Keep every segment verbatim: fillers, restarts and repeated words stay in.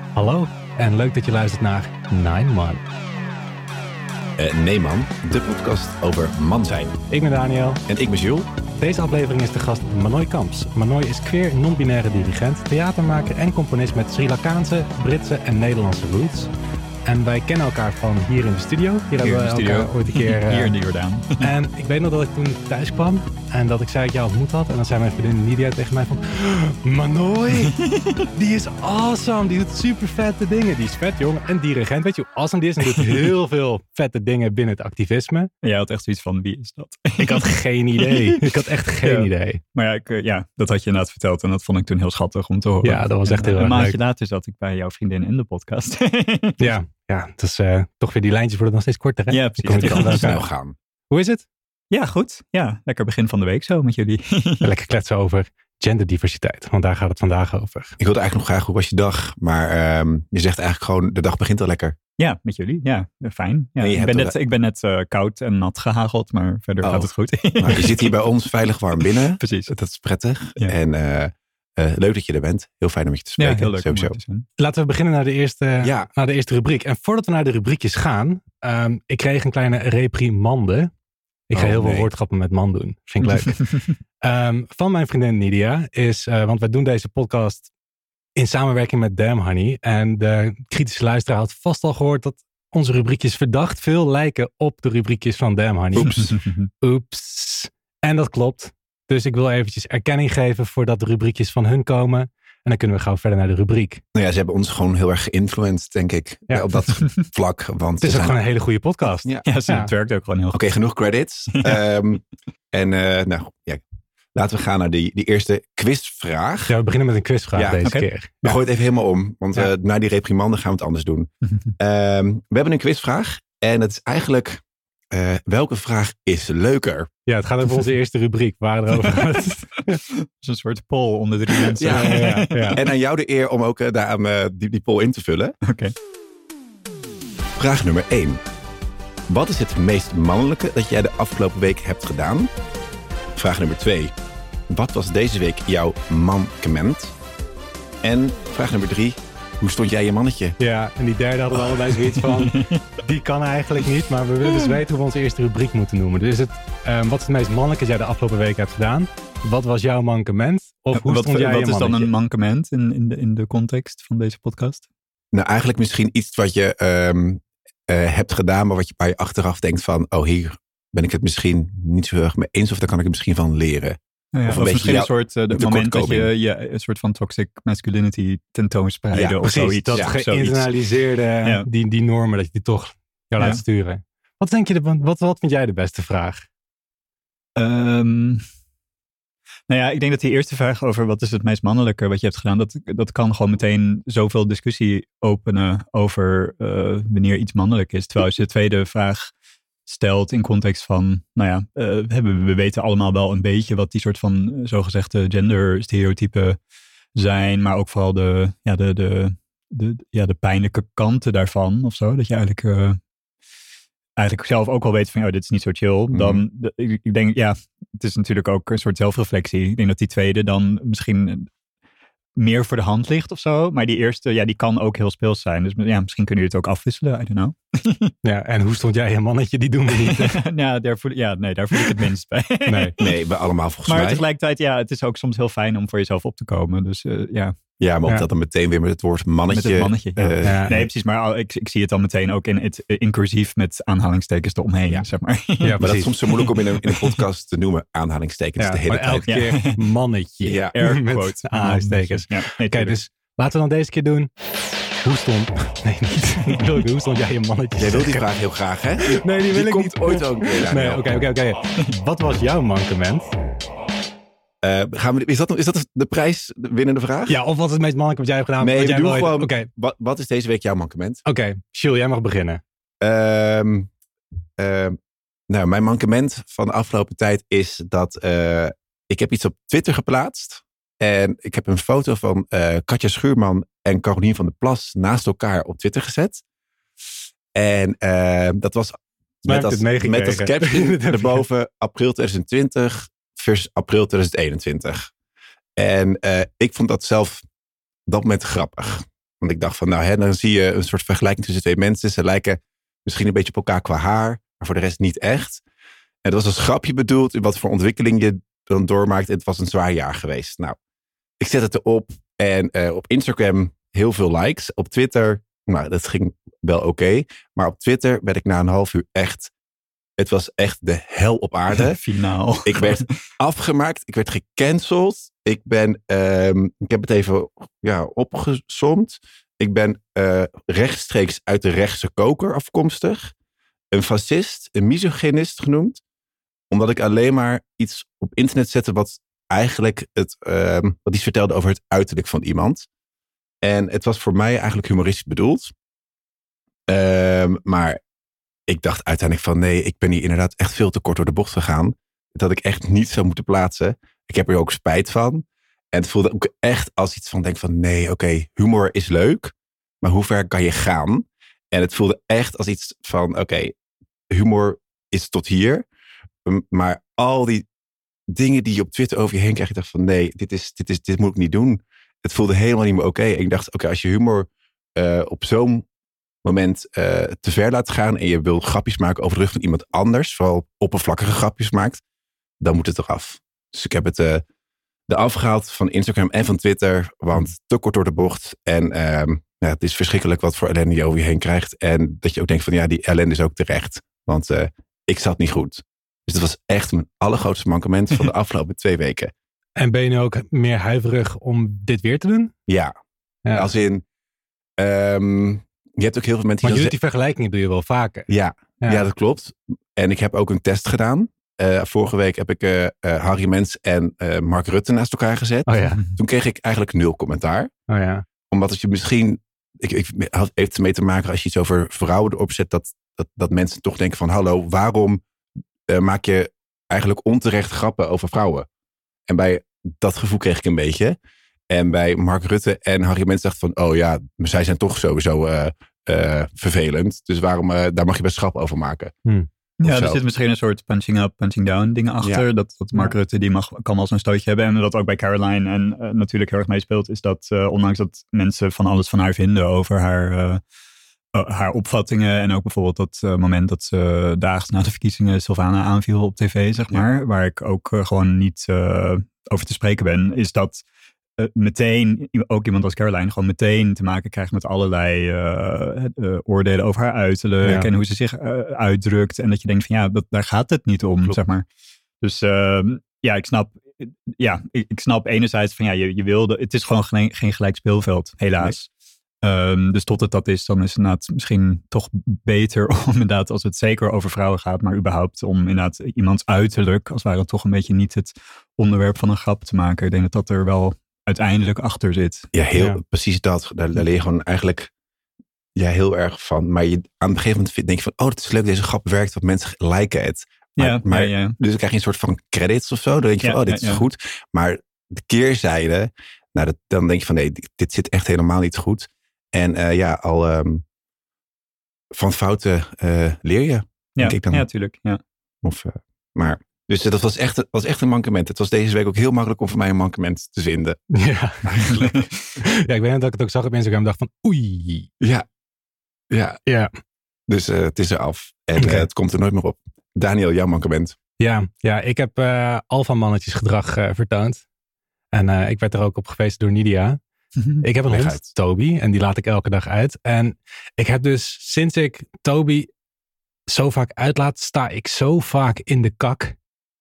Hallo en leuk dat je luistert naar Nine Man. Uh, nee man, de podcast over man zijn. Ik ben Daniel. En ik ben Jules. Deze aflevering is de gast Manoj Kamps. Manoj is queer, non-binaire dirigent, theatermaker en componist met Sri Lankaanse, Britse en Nederlandse roots. En wij kennen elkaar van hier in de studio. Hier, hier hebben we studio. elkaar ooit een keer... Uh, hier in de Jordaan. En ik weet nog dat ik toen thuis kwam en dat ik zei dat ik jou ontmoet had. En dan zei mijn vriendin Nidia tegen mij van... Manoj, die is awesome. Die doet super vette dingen. Die is vet, jongen. En dirigent, weet je hoe awesome die is? En die doet heel veel vette dingen binnen het activisme. Jij had echt zoiets van, wie is dat? Ik had geen idee. Ik had echt geen ja. idee. Maar ja, ik, ja, dat had je inderdaad verteld. En dat vond ik toen heel schattig om te horen. Ja, dat was echt heel en, erg Een maandje leuk. later zat ik bij jouw vriendin in de podcast. ja, ja, het is uh, toch weer die lijntjes worden nog steeds korter, hè? Ja, precies. Het kan wel snel gaan. Hoe is het? Ja, goed. Ja, lekker begin van de week zo met jullie. Lekker kletsen over genderdiversiteit, want daar gaat het vandaag over. Ik wilde eigenlijk nog graag, hoe was je dag? Maar um, je zegt eigenlijk gewoon, de dag begint al lekker. Ja, met jullie. Ja, fijn. Ja, ik, ben net, ik ben net uh, koud en nat gehageld, maar verder oh. gaat het goed. Nou, je zit hier bij ons veilig warm binnen. Precies. Dat is prettig. Ja. En uh, uh, leuk dat je er bent. Heel fijn om je te spreken. Ja, heel leuk sowieso. om te zijn. Laten we beginnen naar de eerste, ja. naar de eerste rubriek. En voordat we naar de rubriekjes gaan, um, ik kreeg een kleine reprimande. Ik ga oh, heel nee. veel woordgrappen met man doen. Vind ik leuk. um, van mijn vriendin Nidia is, uh, want wij doen deze podcast in samenwerking met Damn Honey. En de kritische luisteraar had vast al gehoord dat onze rubriekjes verdacht veel lijken op de rubriekjes van Damn Honey. Oeps. Oeps. En dat klopt. Dus ik wil eventjes erkenning geven voordat de rubriekjes van hun komen. En dan kunnen we gauw verder naar de rubriek. Nou ja, ze hebben ons gewoon heel erg geïnfluenced, denk ik. Ja. Op dat vlak. Want het is ook zijn... gewoon een hele goede podcast. Ja, ja, ze, ja. het werkt ook gewoon heel goed. Oké, okay, genoeg credits. um, en uh, nou, ja, laten we gaan naar die, die eerste quizvraag. Ja, we beginnen met een quizvraag ja, deze okay. keer. We ja. gooien het even helemaal om. Want ja. uh, na die reprimande gaan we het anders doen. um, we hebben een quizvraag. En het is eigenlijk... Uh, welke vraag is leuker? Ja, het gaat over onze eerste rubriek. Waar het over gaat. Het is een soort poll onder drie mensen. Ja, ja, ja, ja. En aan jou de eer om ook uh, daar aan uh, die, die poll in te vullen. Oké. Okay. Vraag nummer één. Wat is het meest mannelijke dat jij de afgelopen week hebt gedaan? Vraag nummer twee. Wat was deze week jouw mankement? En vraag nummer drie. Hoe stond jij je mannetje? Ja, en die derde hadden we allebei zoiets van... die kan eigenlijk niet, maar we willen dus weten hoe we onze eerste rubriek moeten noemen. Dus het, um, wat is het meest mannelijke dat jij de afgelopen week hebt gedaan? Wat was jouw mankement? Of hoe wat, stond jij wat je is mannetje? dan een mankement in, in, de, in de context van deze podcast? Nou, eigenlijk misschien iets wat je um, uh, hebt gedaan, maar wat je, waar je achteraf denkt van... oh, hier ben ik het misschien niet zo heel erg mee eens, of daar kan ik het misschien van leren. Ja, ja, of, of misschien jou, een soort uh, het moment dat je, je een soort van toxic masculinity tentoonspreiden ja, of precies, zoiets. Dat ja, geïnternaliseerde, ja. die, die normen, dat je die toch jou laat ja. sturen. Wat denk je, de, wat, wat vind jij de beste vraag? Um, nou ja, ik denk dat die eerste vraag over wat is het meest mannelijke wat je hebt gedaan, dat, dat kan gewoon meteen zoveel discussie openen over uh, wanneer iets mannelijk is. Terwijl als je de tweede vraag stelt in context van, nou ja, uh, we, we weten allemaal wel een beetje wat die soort van uh, zogezegde genderstereotypen zijn, maar ook vooral de, ja, de, de, de, ja, de pijnlijke kanten daarvan of zo. Dat je eigenlijk, uh, eigenlijk zelf ook wel weet van, ja, dit is niet zo chill. Mm. Dan, de, ik, ik denk, ja, het is natuurlijk ook een soort zelfreflectie. Ik denk dat die tweede dan misschien meer voor de hand ligt of zo. Maar die eerste, ja, die kan ook heel speels zijn. Dus ja, misschien kunnen jullie het ook afwisselen. I don't know. Ja, en hoe stond jij een mannetje? Die doen we niet. ja, daar voel, ja, nee, daar voel ik het minst bij. nee, nee, we allemaal volgens maar mij. Maar tegelijkertijd, ja, het is ook soms heel fijn om voor jezelf op te komen. Dus uh, ja. Ja, maar om ja. dat dan meteen weer met het woord mannetje. Met het mannetje, ja. Uh, ja. Nee, precies. Maar ik, ik zie het dan meteen ook in het in cursief met aanhalingstekens eromheen, ja. zeg maar. Ja, ja, maar dat is soms zo moeilijk om in een, in een podcast te noemen, aanhalingstekens ja, de hele maar tijd. elke keer mannetje. Ja, met aanhalingstekens. Ja, nee, Oké, dus laten we dan deze keer doen. Hoe stond... Nee, niet. Hoe stond jij je mannetje? Jij wilt die vraag heel graag, hè? Nee, die wil die ik komt niet. ooit ook weer. Nee, oké, oké, oké. Wat was jouw mankement? Uh, gaan we, is, dat, is dat de prijswinnende vraag? Ja, of wat is het meest mannelijk wat jij hebt gedaan? Nee, wat we jij doen gewoon... Okay. Wat, wat is deze week jouw mankement? Oké, okay. Jules, jij mag beginnen. Um, uh, nou, mijn mankement van de afgelopen tijd is dat... Uh, ik heb iets op Twitter geplaatst. En ik heb een foto van uh, Katja Schuurman en Carolien van der Plas naast elkaar op Twitter gezet. En uh, dat was met als, met als caption erboven april twintig twintig versus april twintig eenentwintig. En uh, ik vond dat zelf op dat moment grappig. Want ik dacht van, nou, hè, dan zie je een soort vergelijking tussen twee mensen. Ze lijken misschien een beetje op elkaar qua haar, maar voor de rest niet echt. En dat was als grapje bedoeld, in wat voor ontwikkeling je dan doormaakt. Het was een zwaar jaar geweest. Nou, ik zet het erop en uh, op Instagram heel veel likes. Op Twitter, nou, dat ging wel oké. Okay. Maar op Twitter werd ik na een half uur echt... Het was echt de hel op aarde. Finaal. Ik werd afgemaakt. Ik werd gecanceld. Ik ben, um, ik heb het even ja, opgesomd. Ik ben uh, rechtstreeks uit de rechtse koker afkomstig. Een fascist, een misogynist genoemd. Omdat ik alleen maar iets op internet zette wat eigenlijk het, um, wat iets vertelde over het uiterlijk van iemand. En het was voor mij eigenlijk humoristisch bedoeld. Um, maar ik dacht uiteindelijk van nee, ik ben hier inderdaad echt veel te kort door de bocht gegaan. Dat ik echt niet zou moeten plaatsen. Ik heb er ook spijt van. En het voelde ook echt als iets van denk van nee, oké, okay, humor is leuk. Maar hoe ver kan je gaan? En het voelde echt als iets van oké, okay, humor is tot hier. Maar al die dingen die je op Twitter over je heen krijgt, ik dacht van nee, dit, is, dit, is, dit moet ik niet doen. Het voelde helemaal niet meer oké. Okay. En ik dacht oké, okay, als je humor uh, op zo'n moment uh, te ver laat gaan en je wil grapjes maken over de rug van iemand anders, vooral oppervlakkige grapjes maakt, dan moet het eraf. Dus ik heb het uh, eraf gehaald van Instagram en van Twitter, want te kort door de bocht. En uh, ja, het is verschrikkelijk wat voor ellende je over je heen krijgt. En dat je ook denkt van ja, die ellende is ook terecht. Want uh, ik zat niet goed. Dus dat was echt mijn allergrootste mankement van de afgelopen twee weken. En ben je nu ook meer huiverig om dit weer te doen? Ja, ja. Als in... Um, je hebt ook heel veel mensen... Maar je doet die die vergelijkingen doe je wel vaker. Ja, ja. ja, dat klopt. En ik heb ook een test gedaan. Uh, vorige week heb ik uh, uh, Harry Mens en uh, Mark Rutte naast elkaar gezet. Oh ja. Toen kreeg ik eigenlijk nul commentaar. Oh ja. Omdat als je misschien... Ik, ik had heeft ermee te maken als je iets over vrouwen erop zet, dat, dat, dat mensen toch denken van hallo, waarom uh, maak je eigenlijk onterecht grappen over vrouwen? En bij dat gevoel kreeg ik een beetje. En bij Mark Rutte en Harry Mens dacht van oh ja, zij zijn toch sowieso uh, uh, vervelend. Dus waarom, uh, daar mag je best grappen over maken. Hmm. Ja, er zit misschien een soort punching up, punching down dingen achter. Ja. Dat, dat Mark ja. Rutte, die mag, kan wel zo'n stootje hebben. En dat ook bij Caroline en uh, natuurlijk heel erg meespeelt, is dat uh, ondanks dat mensen van alles van haar vinden over haar, uh, uh, haar opvattingen. En ook bijvoorbeeld dat uh, moment dat ze daags na de verkiezingen Silvana aanviel op tv, zeg maar. Ja. Waar ik ook uh, gewoon niet uh, over te spreken ben, is dat Uh, meteen, ook iemand als Caroline, gewoon meteen te maken krijgt met allerlei uh, uh, oordelen over haar uiterlijk. Ja. En hoe ze zich uh, uitdrukt. En dat je denkt van ja, dat, daar gaat het niet om, Klopt. zeg maar. Dus uh, ja, ik snap, ja, ik, ik snap enerzijds van ja, je, je wilde, het is gewoon geen, geen gelijk speelveld, helaas. Nee. Um, dus tot het dat is, dan is het inderdaad misschien toch beter om inderdaad, als het zeker over vrouwen gaat, maar überhaupt om inderdaad iemands uiterlijk, als het ware toch een beetje niet het onderwerp van een grap te maken. Ik denk dat dat er wel uiteindelijk achter zit. Ja, heel ja. precies dat. Daar, daar leer je gewoon eigenlijk ja, heel erg van. Maar je, aan een gegeven moment denk je van, oh, het is leuk, deze grap werkt, want mensen liken het. Maar, ja, maar, ja, ja. Dus dan krijg je een soort van credits of zo. Dan denk je ja, van, oh, dit ja, is ja. goed. Maar de keerzijde, nou, dat, dan denk je van, nee, dit zit echt helemaal niet goed. En uh, ja, al um, van fouten uh, leer je. Ja, ik dan. ja, tuurlijk. Ja. Of, uh, maar... Dus dat was echt, was echt een mankement. Het was deze week ook heel makkelijk om voor mij een mankement te vinden. Ja, eigenlijk. Ja, ik weet net dat ik het ook zag op Instagram en dacht van oei. Ja, ja. ja. Dus uh, het is eraf. En okay. uh, het komt er nooit meer op. Daniel, jouw mankement. Ja, ja ik heb uh, alfamannetjesgedrag uh, vertoond. En uh, ik werd er ook op gefeest door Nidia. Ik heb een hond, uit. Toby, en die laat ik elke dag uit. En ik heb dus sinds ik Toby zo vaak uitlaat, sta ik zo vaak in de kak.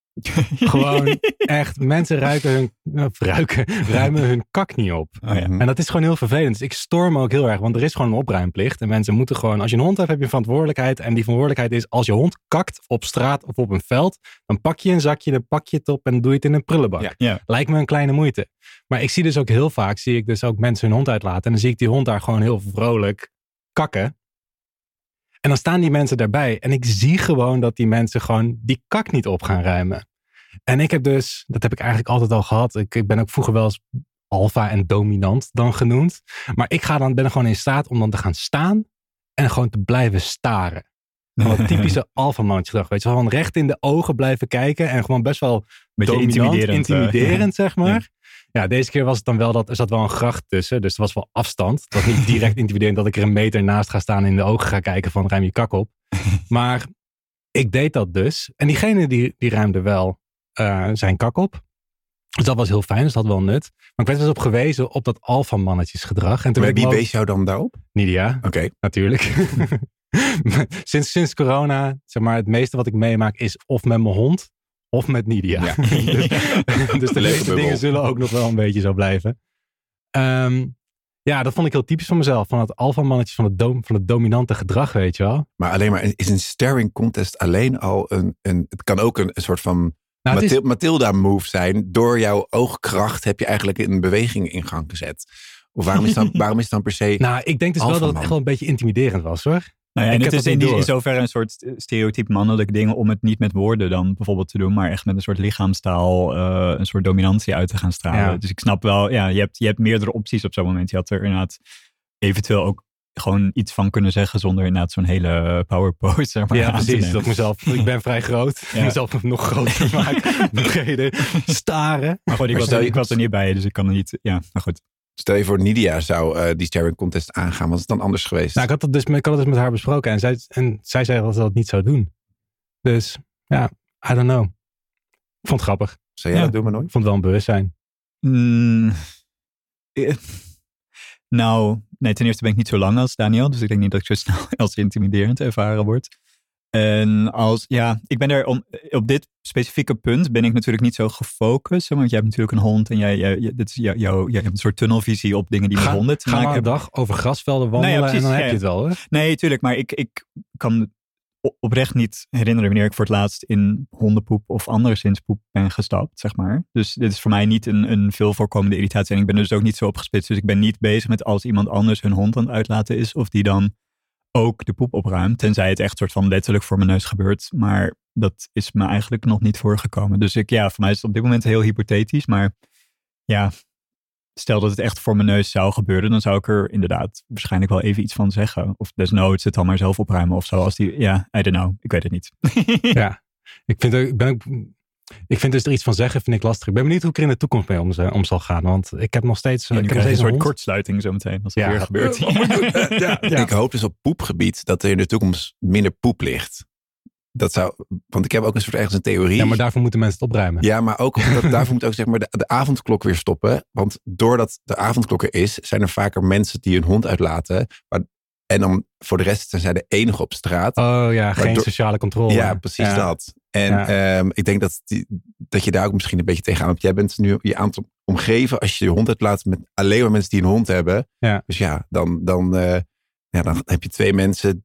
Gewoon echt, mensen ruiken hun, of ruiken, ruimen hun kak niet op. Oh ja. En dat is gewoon heel vervelend. Dus ik stoor me ook heel erg, want er is gewoon een opruimplicht. En mensen moeten gewoon, als je een hond hebt, heb je een verantwoordelijkheid. En die verantwoordelijkheid is, als je hond kakt op straat of op een veld, dan pak je een zakje, dan pak je het op en dan doe je het in een prullenbak. Ja. Ja. Lijkt me een kleine moeite. Maar ik zie dus ook heel vaak, zie ik dus ook mensen hun hond uitlaten. En dan zie ik die hond daar gewoon heel vrolijk kakken. En dan staan die mensen daarbij. En ik zie gewoon dat die mensen gewoon die kak niet op gaan ruimen. En ik heb dus, dat heb ik eigenlijk altijd al gehad. Ik, ik ben ook vroeger wel eens alfa en dominant dan genoemd. Maar ik ga dan, ben er gewoon in staat om dan te gaan staan en gewoon te blijven staren. Van dat typische alfamannetje gedrag. Weet je, gewoon recht in de ogen blijven kijken. En gewoon best wel Beetje dominant, intimiderend. intimiderend uh, zeg maar. Ja. ja, deze keer was het dan wel dat er zat wel een gracht tussen. Dus er was wel afstand. Het was niet direct intimiderend dat ik er een meter naast ga staan en in de ogen ga kijken van ruim je kak op. Maar ik deed dat dus. En diegene die, die ruimde wel uh, zijn kak op. Dus dat was heel fijn, dus dat had wel nut. Maar ik werd dus op gewezen op dat alfamannetjesgedrag. En toen Maar werd wie ik wees jou dan daarop? Nidia, Oké. Okay. natuurlijk. sinds, sinds corona, zeg maar, het meeste wat ik meemaak is of met mijn hond of met Nidia. Ja. dus, dus de meeste dingen zullen ook nog wel een beetje zo blijven. Um, ja, dat vond ik heel typisch van mezelf. Van het alfamannetje, van het, dom, van het dominante gedrag, weet je wel. Maar alleen maar, is een staring contest alleen al een, een het kan ook een, een soort van nou, Mathil- is... Matilda-move zijn. Door jouw oogkracht heb je eigenlijk een beweging in gang gezet. Of waarom is, dan, waarom is het dan per se Nou, ik denk dus wel dat het echt wel een beetje intimiderend was, hoor. Nou ja, en het is in, die, in zoverre een soort stereotyp mannelijk ding om het niet met woorden dan bijvoorbeeld te doen, maar echt met een soort lichaamstaal, uh, een soort dominantie uit te gaan stralen. Ja. Dus ik snap wel, ja, je hebt, je hebt meerdere opties op zo'n moment. Je had er inderdaad eventueel ook gewoon iets van kunnen zeggen zonder inderdaad zo'n hele power pose. Zeg maar, ja, precies. Dat mezelf, ik ben vrij groot. Ja. Mezelf nog groter maken. Nog staren. Maar goed, ik, was er, ik was er niet bij, dus ik kan er niet, ja, maar goed. Stel je voor Nidia zou uh, die staring contest aangaan. Was het dan anders geweest? Nou, ik had het dus, ik had het dus met haar besproken. En zij, en zij zei dat ze dat niet zou doen. Dus ja, I don't know. Ik vond het grappig. Zou jij ja. dat doen, maar nooit? Ik vond het wel een bewustzijn. Mm, eh, nou, nee, ten eerste ben ik niet zo lang als Daniel. Dus ik denk niet dat ik zo snel als intimiderend ervaren word. En als, ja, ik ben er om, op dit specifieke punt ben ik natuurlijk niet zo gefocust. Want jij hebt natuurlijk een hond en jij, jij, jij, dit is jou, jou, jij hebt een soort tunnelvisie op dingen die met honden te maken hebben. Ga maar een dag over grasvelden wandelen nou ja, precies, en dan heb ja. je het wel, hoor. Nee, tuurlijk, maar ik, ik kan oprecht niet herinneren wanneer ik voor het laatst in hondenpoep of anderszins poep ben gestapt, zeg maar. Dus dit is voor mij niet een, een veel voorkomende irritatie. En ik ben er dus ook niet zo opgesplitst. Dus ik ben niet bezig met als iemand anders hun hond aan het uitlaten is, of die dan ook de poep opruimt. Tenzij het echt soort van letterlijk voor mijn neus gebeurt. Maar dat is me eigenlijk nog niet voorgekomen. Dus ik, ja, voor mij is het op dit moment heel hypothetisch. Maar ja, stel dat het echt voor mijn neus zou gebeuren, dan zou ik er inderdaad waarschijnlijk wel even iets van zeggen. Of desnoods het dan maar zelf opruimen of zo. Als die, ja, I don't know. Ik weet het niet. Ja, ik vind, ik ben ook, ik vind dus er iets van zeggen vind ik lastig. Ik ben benieuwd hoe ik er in de toekomst mee om, om zal gaan. Want ik heb nog steeds, ja, ik heb een soort hond. kortsluiting zo meteen als het ja. weer gebeurt. ja, ja. Ik hoop dus op poepgebied dat er in de toekomst minder poep ligt. Dat zou, want ik heb ook een soort ergens een theorie. Ja, maar daarvoor moeten mensen het opruimen. Ja, maar ook dat, daarvoor moet ook zeg maar de, de avondklok weer stoppen. Want doordat de avondklok er is, zijn er vaker mensen die hun hond uitlaten. Maar, en dan voor de rest zijn zij de enige op straat. Oh ja, geen door, sociale controle. Ja, precies ja. dat. En ja. um, ik denk dat, die, dat je daar ook misschien een beetje tegenaan hebt. Jij bent nu je aan het omgeven als je je hond uitlaat met alleen maar mensen die een hond hebben. Ja. Dus ja, dan, dan, uh, ja, dan heb je twee mensen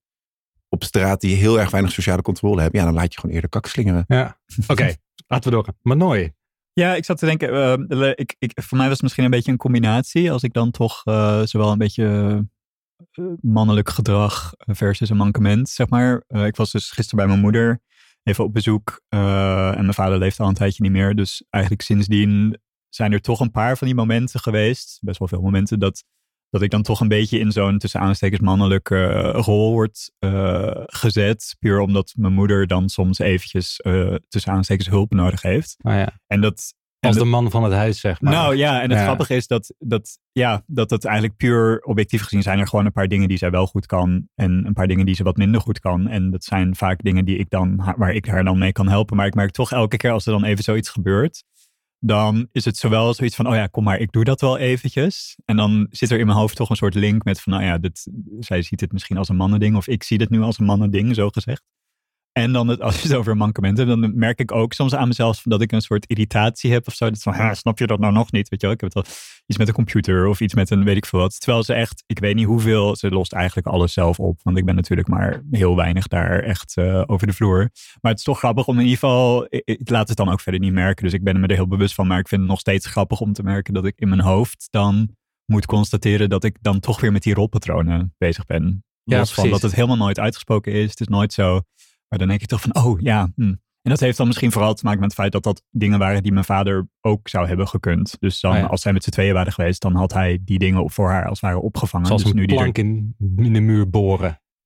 op straat die heel erg weinig sociale controle hebben. Ja, dan laat je gewoon eerder kak slingeren. Ja, oké. Okay, laten we doorgaan. Manoy. Ja, ik zat te denken, uh, ik, ik, voor mij was het misschien een beetje een combinatie. Als ik dan toch uh, zowel een beetje uh, mannelijk gedrag versus een mankement, zeg maar. Uh, ik was dus gisteren bij mijn moeder even op bezoek. Uh, en mijn vader leeft al een tijdje niet meer. Dus eigenlijk sindsdien zijn er toch een paar van die momenten geweest. Best wel veel momenten dat... dat ik dan toch een beetje in zo'n tussen aanstekens mannelijke uh, rol wordt uh, gezet. Puur omdat mijn moeder dan soms eventjes uh, tussen aanstekens hulp nodig heeft. Oh ja. En dat... En Als dat, de man van het huis, zeg maar. Nou ja, en het ja. grappige is dat, dat, ja, dat het eigenlijk puur objectief gezien zijn er gewoon een paar dingen die zij wel goed kan. En een paar dingen die ze wat minder goed kan. En dat zijn vaak dingen die ik dan, waar ik haar dan mee kan helpen. Maar ik merk toch elke keer als er dan even zoiets gebeurt, dan is het zowel zoiets van, oh ja, kom maar, ik doe dat wel eventjes. En dan zit er in mijn hoofd toch een soort link met van, nou ja, dit, zij ziet het misschien als een mannending. Of ik zie dit nu als een mannending, zo gezegd. En dan, het, als je het over mankementen hebt, dan merk ik ook soms aan mezelf dat ik een soort irritatie heb of zo. Dat van, snap je dat nou nog niet? Weet je wel, ik heb het wel iets met een computer of iets met een weet ik veel wat. Terwijl ze echt, ik weet niet hoeveel, ze lost eigenlijk alles zelf op. Want ik ben natuurlijk maar heel weinig daar echt uh, over de vloer. Maar het is toch grappig om in ieder geval, ik, ik laat het dan ook verder niet merken. Dus ik ben me er heel bewust van. Maar ik vind het nog steeds grappig om te merken dat ik in mijn hoofd dan moet constateren dat ik dan toch weer met die rolpatronen bezig ben. Ja, Los van dat het helemaal nooit uitgesproken is. Het is nooit zo. Maar dan denk ik toch van, oh ja. Hm. En dat heeft dan misschien vooral te maken met het feit dat dat dingen waren die mijn vader ook zou hebben gekund. Dus dan, oh ja. als zij met z'n tweeën waren geweest, dan had hij die dingen voor haar als het ware opgevangen. Zoals dus een nu plank die er... in, in de muur boren.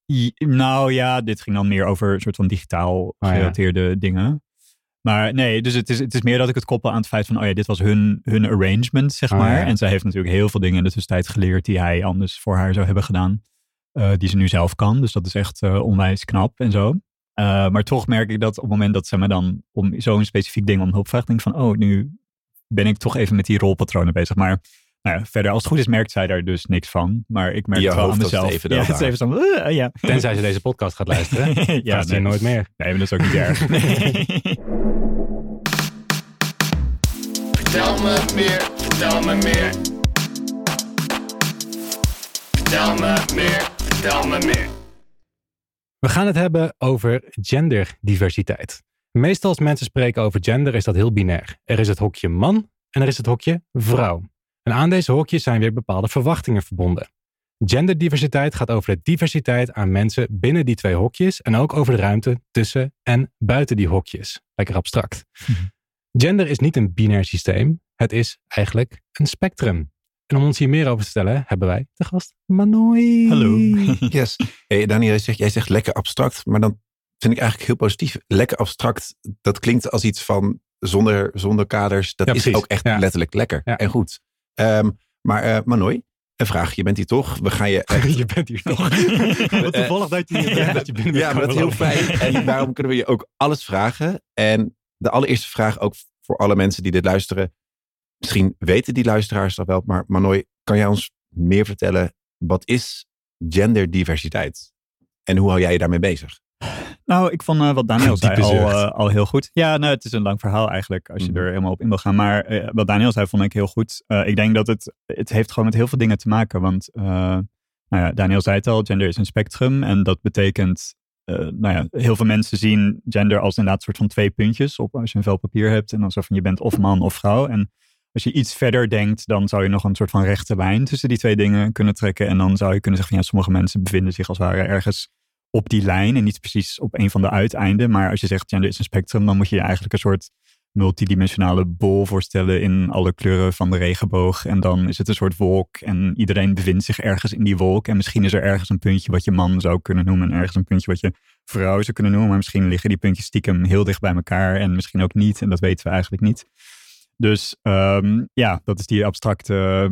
I, nou ja, dit ging dan meer over een soort van digitaal gerelateerde oh, ja. dingen. Maar nee, dus het is, het is meer dat ik het koppel aan het feit van... oh ja, dit was hun, hun arrangement, zeg maar. Oh, ja. En zij heeft natuurlijk heel veel dingen in de tussentijd geleerd... die hij anders voor haar zou hebben gedaan. Uh, die ze nu zelf kan. Dus dat is echt uh, onwijs knap en zo. Uh, maar toch merk ik dat op het moment dat ze me dan... om zo'n specifiek ding om hulp vraagt... denk ik van, oh, nu ben ik toch even met die rolpatronen bezig. Maar nou ja, verder, als het goed is, merkt zij daar dus niks van. Maar ik merk je het wel aan mezelf. Even ja, het is even zo, uh, uh, ja. Tenzij ze deze podcast gaat luisteren. ja, dat nee, nooit meer. Nee, maar dat is ook niet erg. Vertel me meer, vertel me meer. Vertel me meer, vertel me meer. We gaan het hebben over genderdiversiteit. Meestal als mensen spreken over gender is dat heel binair. Er is het hokje man en er is het hokje vrouw. En aan deze hokjes zijn weer bepaalde verwachtingen verbonden. Genderdiversiteit gaat over de diversiteit aan mensen binnen die twee hokjes en ook over de ruimte tussen en buiten die hokjes. Lekker abstract. Mm-hmm. Gender is niet een binair systeem. Het is eigenlijk een spectrum. En om ons hier meer over te stellen, hebben wij de gast Manoy. Hallo. Yes. Hey, Daniel, jij zegt, jij zegt lekker abstract, maar dan vind ik eigenlijk heel positief. Lekker abstract, dat klinkt als iets van zonder, zonder kaders. Dat ja, is precies. ook echt ja. letterlijk lekker ja. en goed. Um, maar uh, Manoy, een vraag. Je bent hier toch? We gaan je echt... je bent hier toch? Wat toevallig dat je hier bent. Dat je binnen ja, maar dat is heel fijn. En daarom kunnen we je ook alles vragen. En de allereerste vraag ook voor alle mensen die dit luisteren. Misschien weten die luisteraars dat wel. Maar Manoy, kan jij ons meer vertellen? Wat is genderdiversiteit? En hoe hou jij je daarmee bezig? Nou, ik vond uh, wat Daniel zei al, uh, al heel goed. Ja, nou, het is een lang verhaal eigenlijk als je mm. er helemaal op in wil gaan. Maar uh, wat Daniel zei vond ik heel goed. Uh, ik denk dat het, het heeft gewoon met heel veel dingen te maken. Want uh, nou ja, Daniel zei het al, gender is een spectrum. En dat betekent, uh, nou ja, heel veel mensen zien gender als inderdaad een soort van twee puntjes op als je een vel papier hebt. En dan zo van je bent of man of vrouw. En als je iets verder denkt, dan zou je nog een soort van rechte lijn tussen die twee dingen kunnen trekken. En dan zou je kunnen zeggen van ja, sommige mensen bevinden zich als het ware ergens op die lijn en niet precies op een van de uiteinden. Maar als je zegt gender is een spectrum, dan moet je je eigenlijk een soort multidimensionale bol voorstellen in alle kleuren van de regenboog. En dan is het een soort wolk en iedereen bevindt zich ergens in die wolk. En misschien is er ergens een puntje wat je man zou kunnen noemen en ergens een puntje wat je vrouw zou kunnen noemen. Maar misschien liggen die puntjes stiekem heel dicht bij elkaar en misschien ook niet. En dat weten we eigenlijk niet. Dus um, ja, dat is die abstracte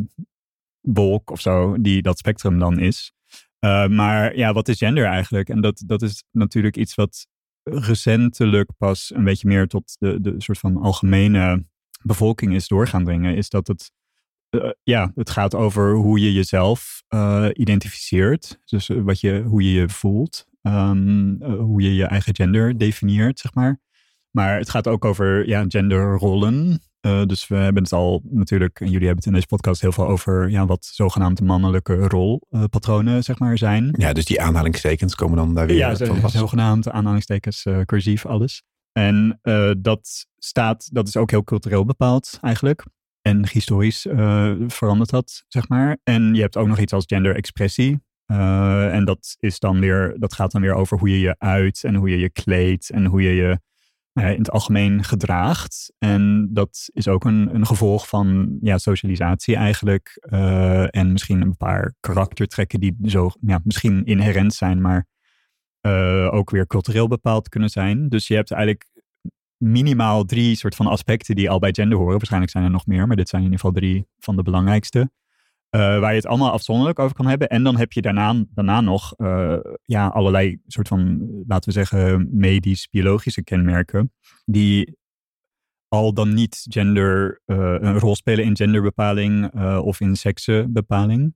wolk of zo, die dat spectrum dan is. Uh, maar ja, wat is gender eigenlijk? En dat, dat is natuurlijk iets wat recentelijk pas een beetje meer tot de, de soort van algemene bevolking is door gaan dringen. Is dat het, uh, ja, het gaat over hoe je jezelf uh, identificeert. Dus uh, wat je, hoe je je voelt. Um, uh, hoe je je eigen gender definieert, zeg maar. Maar het gaat ook over ja, genderrollen. Uh, dus we hebben het al natuurlijk, en jullie hebben het in deze podcast heel veel over ja, wat zogenaamde mannelijke rolpatronen uh, zeg maar zijn. Ja, dus die aanhalingstekens komen dan daar weer ja, van pas. Zogenaamde aanhalingstekens, uh, cursief, alles. En uh, dat staat, dat is ook heel cultureel bepaald eigenlijk. En historisch uh, verandert dat, zeg maar. En je hebt ook nog iets als genderexpressie. Uh, en dat is dan weer, dat gaat dan weer over hoe je je uit en hoe je je kleedt en hoe je je Uh, in het algemeen gedraagt. En dat is ook een, een gevolg van ja, socialisatie eigenlijk. Uh, en misschien een paar karaktertrekken die zo ja, misschien inherent zijn, maar uh, ook weer cultureel bepaald kunnen zijn. Dus je hebt eigenlijk minimaal drie soort van aspecten die al bij gender horen. Waarschijnlijk zijn er nog meer, maar dit zijn in ieder geval drie van de belangrijkste. Uh, waar je het allemaal afzonderlijk over kan hebben. En dan heb je daarna, daarna nog uh, ja, allerlei soort van, laten we zeggen, medisch-biologische kenmerken. Die al dan niet gender, uh, een rol spelen in genderbepaling uh, of in seksenbepaling.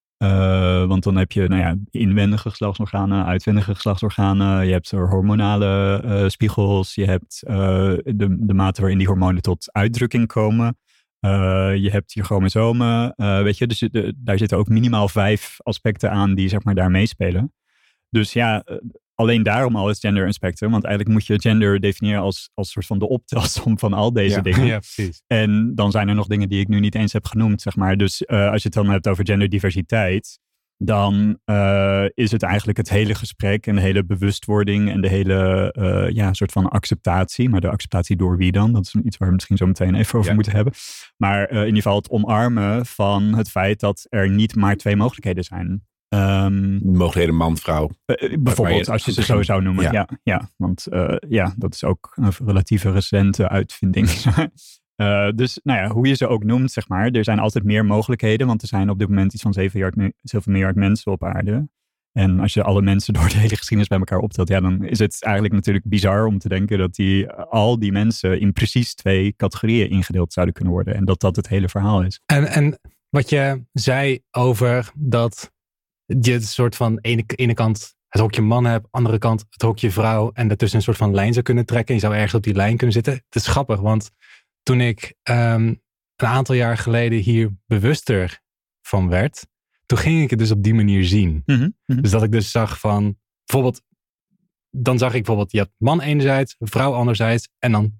Uh, want dan heb je nou ja, inwendige geslachtsorganen, uitwendige geslachtsorganen. Je hebt hormonale uh, spiegels. Je hebt uh, de, de mate waarin die hormonen tot uitdrukking komen. Uh, je hebt je chromosomen, uh, weet je, dus de, daar zitten ook minimaal vijf aspecten aan die zeg maar daar meespelen. Dus ja, uh, alleen daarom al is gender een spectrum, want eigenlijk moet je gender definiëren als, als soort van de optelsom van al deze ja. dingen. Ja, precies. En dan zijn er nog dingen die ik nu niet eens heb genoemd, zeg maar. Dus uh, als je het dan hebt over genderdiversiteit, dan uh, is het eigenlijk het hele gesprek en de hele bewustwording en de hele uh, ja, soort van acceptatie. Maar de acceptatie door wie dan? Dat is iets waar we misschien zo meteen even over ja. moeten hebben. Maar uh, in ieder geval het omarmen van het feit dat er niet maar twee mogelijkheden zijn. Um, Mogelijkheden man, vrouw. Uh, bijvoorbeeld, je, als je het zo zou noemen. Ja, ja, ja want uh, ja, dat is ook een relatieve recente uitvinding. uh, dus nou ja, hoe je ze ook noemt, zeg maar. Er zijn altijd meer mogelijkheden. Want er zijn op dit moment iets van zeven miljard, zeven miljard mensen op aarde. En als je alle mensen door de hele geschiedenis bij elkaar optelt, ja, dan is het eigenlijk natuurlijk bizar om te denken dat die, al die mensen in precies twee categorieën ingedeeld zouden kunnen worden. En dat dat het hele verhaal is. En, en wat je zei over dat je een soort van ene, ene kant het hokje man hebt, andere kant het hokje vrouw en daartussen een soort van lijn zou kunnen trekken. Je zou ergens op die lijn kunnen zitten. Het is grappig, want toen ik um, een aantal jaar geleden hier bewuster van werd, toen ging ik het dus op die manier zien. Mm-hmm, mm-hmm. Dus dat ik dus zag van, bijvoorbeeld, dan zag ik bijvoorbeeld, je hebt man enerzijds, vrouw anderzijds, en dan,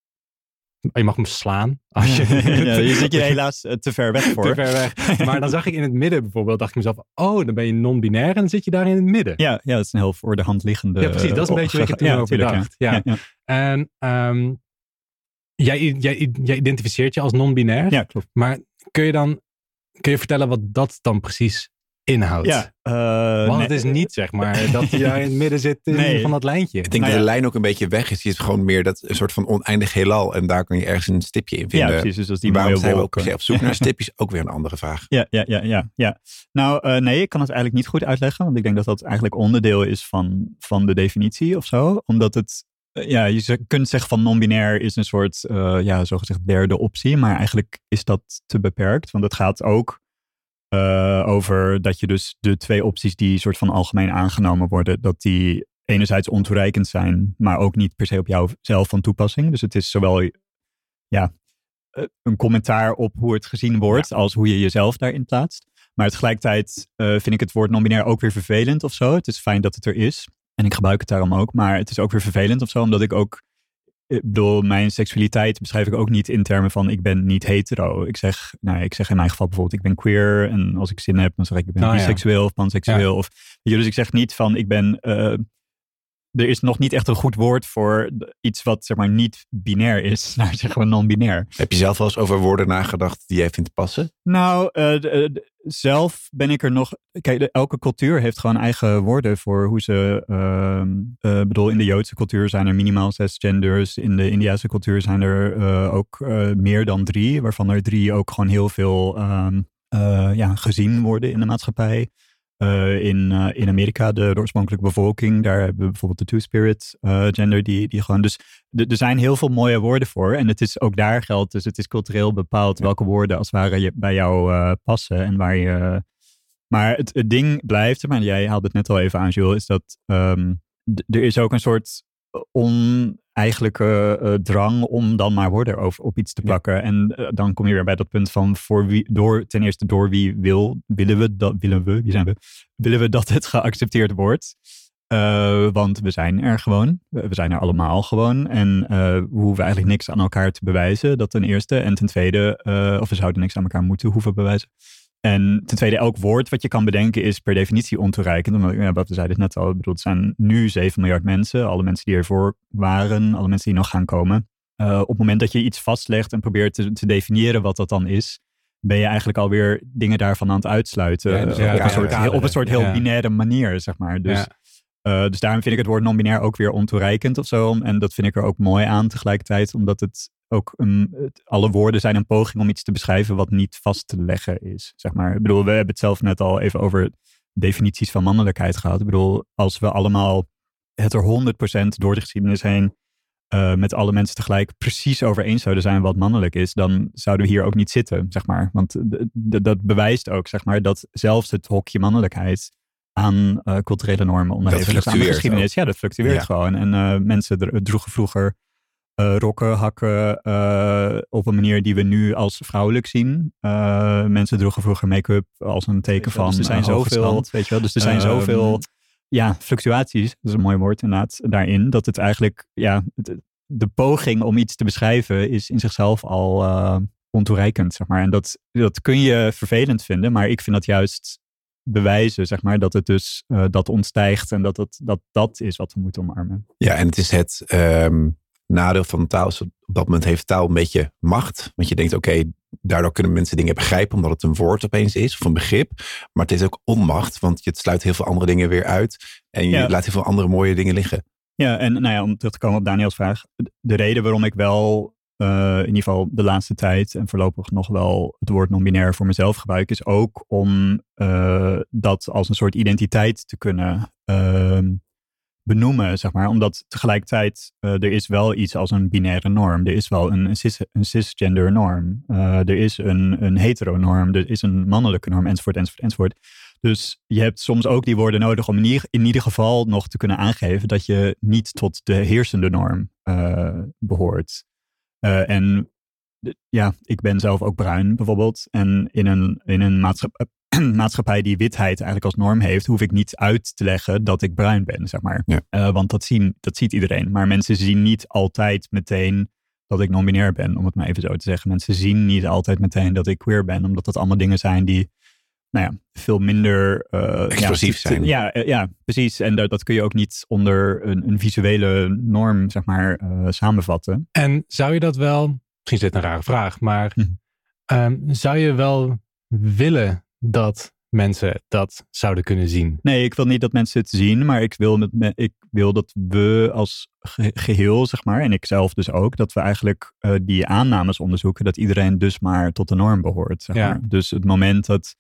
je mag hem slaan. Als je, ja, je zit je helaas te ver weg voor. Te ver weg. Maar dan zag ik in het midden bijvoorbeeld, dacht ik mezelf, oh, dan ben je non-binair en dan zit je daar in het midden. Ja, ja, dat is een heel voor de hand liggende. Ja, precies. Dat is een beetje wat ik er toen ja, over dacht. Ja. Ja, ja. En um, jij, jij, jij identificeert je als non-binair. Ja, klopt. Maar kun je dan, kun je vertellen wat dat dan precies inhoudt? Ja, uh, Want nee. het is niet, zeg maar, dat je daar in het midden zit in, Nee. van dat lijntje. Ik denk Nou dat ja. de lijn ook een beetje weg is. Je is gewoon meer dat een soort van oneindig heelal. En daar kan je ergens een stipje in vinden. Ja, precies. Dus dat is die Waarom mooie zijn we ook wolken. per se op zoek naar stipjes? Ook weer een andere vraag. Ja, ja, ja, ja, ja. Nou, uh, nee, ik kan het eigenlijk niet goed uitleggen. Want ik denk dat dat eigenlijk onderdeel is van, van de definitie of zo. Omdat het, uh, ja, je kunt zeggen van non-binair is een soort, uh, ja, zogezegd derde optie. Maar eigenlijk is dat te beperkt. Want het gaat ook uh, over dat je dus de twee opties die soort van algemeen aangenomen worden, dat die enerzijds ontoereikend zijn, maar ook niet per se op jou zelf van toepassing. Dus het is zowel, ja, een commentaar op hoe het gezien wordt, ja, als hoe je jezelf daarin plaatst. Maar tegelijkertijd uh, vind ik het woord non-binair ook weer vervelend of zo. Het is fijn dat het er is. En ik gebruik het daarom ook. Maar het is ook weer vervelend of zo, omdat ik ook, ik bedoel, mijn seksualiteit beschrijf ik ook niet in termen van ik ben niet hetero. Ik zeg, nou, ik zeg in mijn geval bijvoorbeeld ik ben queer. En als ik zin heb, dan zeg ik ik ben oh, biseksueel ja. of panseksueel. Ja. Of, dus ik zeg niet van ik ben, uh, er is nog niet echt een goed woord voor iets wat zeg maar niet binair is. Nou zeggen we non-binair. Heb je zelf wel eens over woorden nagedacht die jij vindt passen? Nou, uh, de, de, zelf ben ik er nog. Kijk, de, elke cultuur heeft gewoon eigen woorden voor hoe ze. Uh, uh, bedoel, in de Joodse cultuur zijn er minimaal zes genders. In de Indiase cultuur zijn er uh, ook uh, meer dan drie, waarvan er drie ook gewoon heel veel um, uh, ja, gezien worden in de maatschappij. Uh, in, uh, in Amerika, de, de oorspronkelijke bevolking, daar hebben we bijvoorbeeld de two-spirit uh, gender, die, die gewoon, dus d- er zijn heel veel mooie woorden voor en het is ook daar geldt, dus het is cultureel bepaald ja. welke woorden als het ware je, bij jou uh, passen en waar je, maar het, het ding blijft, maar jij haalde het net al even aan, Jules, is dat um, d- er is ook een soort oneigenlijke uh, drang om dan maar woorden over, op iets te plakken. Ja. En uh, dan kom je weer bij dat punt van voor wie, door, ten eerste door wie wil, willen we dat, willen we, wie zijn we, willen we dat het geaccepteerd wordt. Uh, want we zijn er gewoon. We zijn er allemaal gewoon. En uh, we hoeven eigenlijk niks aan elkaar te bewijzen. Dat ten eerste. En ten tweede, uh, of we zouden niks aan elkaar moeten hoeven bewijzen. En ten tweede, elk woord wat je kan bedenken is per definitie ontoereikend. Omdat, ja, we zeiden het net al, ik bedoel, het zijn nu zeven miljard mensen. Alle mensen die ervoor waren, alle mensen die nog gaan komen. Uh, op het moment dat je iets vastlegt en probeert te, te definiëren wat dat dan is, ben je eigenlijk alweer dingen daarvan aan het uitsluiten. Ja, dus ja, op, een soort, ja, heel, op een soort heel ja. binaire manier, zeg maar. Dus, ja. uh, dus daarom vind ik het woord non-binair ook weer ontoereikend of zo. En dat vind ik er ook mooi aan tegelijkertijd, omdat het ook een, het, alle woorden zijn een poging om iets te beschrijven wat niet vast te leggen is. Zeg maar. Ik bedoel, we hebben het zelf net al even over definities van mannelijkheid gehad. Ik bedoel, als we allemaal het er honderd procent door de geschiedenis heen uh, met alle mensen tegelijk precies over eens zouden zijn wat mannelijk is, dan zouden we hier ook niet zitten, zeg maar. Want d- d- dat bewijst ook, zeg maar, dat zelfs het hokje mannelijkheid aan uh, culturele normen onderhevig is aan de geschiedenis. Ook. Ja, dat fluctueert ja. gewoon. En uh, mensen dro- droegen vroeger Uh, rokken, hakken, uh, op een manier die we nu als vrouwelijk zien. Uh, mensen droegen vroeger make-up als een teken van dus er zijn uh, zoveel, weet je wel. Dus er zijn uh, zoveel ja, fluctuaties, dat is een mooi woord inderdaad, daarin. Dat het eigenlijk, ja, de, de poging om iets te beschrijven is in zichzelf al uh, ontoereikend, zeg maar. En dat, dat kun je vervelend vinden, maar ik vind dat juist bewijzen, zeg maar, dat het dus uh, dat ontstijgt en dat, het, dat dat is wat we moeten omarmen. Ja, en het is het Um... nadeel van taal is op dat moment heeft taal een beetje macht. Want je denkt, oké, okay, daardoor kunnen mensen dingen begrijpen omdat het een woord opeens is of een begrip. Maar het is ook onmacht, want je sluit heel veel andere dingen weer uit. En je Ja. laat heel veel andere mooie dingen liggen. Ja, en nou ja, om terug te komen op Daniels vraag. De reden waarom ik wel uh, in ieder geval de laatste tijd en voorlopig nog wel het woord non-binair voor mezelf gebruik, is ook om uh, dat als een soort identiteit te kunnen uh, benoemen, zeg maar. Omdat tegelijkertijd uh, er is wel iets als een binaire norm. Er is wel een, een, cis, een cisgender norm. Uh, er is een, een heteronorm. Er is een mannelijke norm, enzovoort, enzovoort, enzovoort. Dus je hebt soms ook die woorden nodig om in ieder, in ieder geval nog te kunnen aangeven dat je niet tot de heersende norm uh, behoort. Uh, en de, ja, ik ben zelf ook bruin bijvoorbeeld. En in een, in een maatschappij, maatschappij die witheid eigenlijk als norm heeft, hoef ik niet uit te leggen dat ik bruin ben, zeg maar. Ja. Uh, want dat, zien, dat ziet iedereen. Maar mensen zien niet altijd meteen dat ik non-binair ben, om het maar even zo te zeggen. Mensen zien niet altijd meteen dat ik queer ben, omdat dat allemaal dingen zijn die, nou ja, veel minder Uh, explosief ja, zijn. Ja, ja, precies. En dat, dat kun je ook niet onder een, een visuele norm, zeg maar, uh, samenvatten. En zou je dat wel, misschien is dit een rare vraag, maar Hm. um, zou je wel willen dat mensen dat zouden kunnen zien? Nee, ik wil niet dat mensen het zien, maar ik wil, met, ik wil dat we als ge- geheel, zeg maar, en ik zelf dus ook, dat we eigenlijk uh, die aannames onderzoeken, dat iedereen dus maar tot de norm behoort, zeg Ja. maar. Dus het moment dat,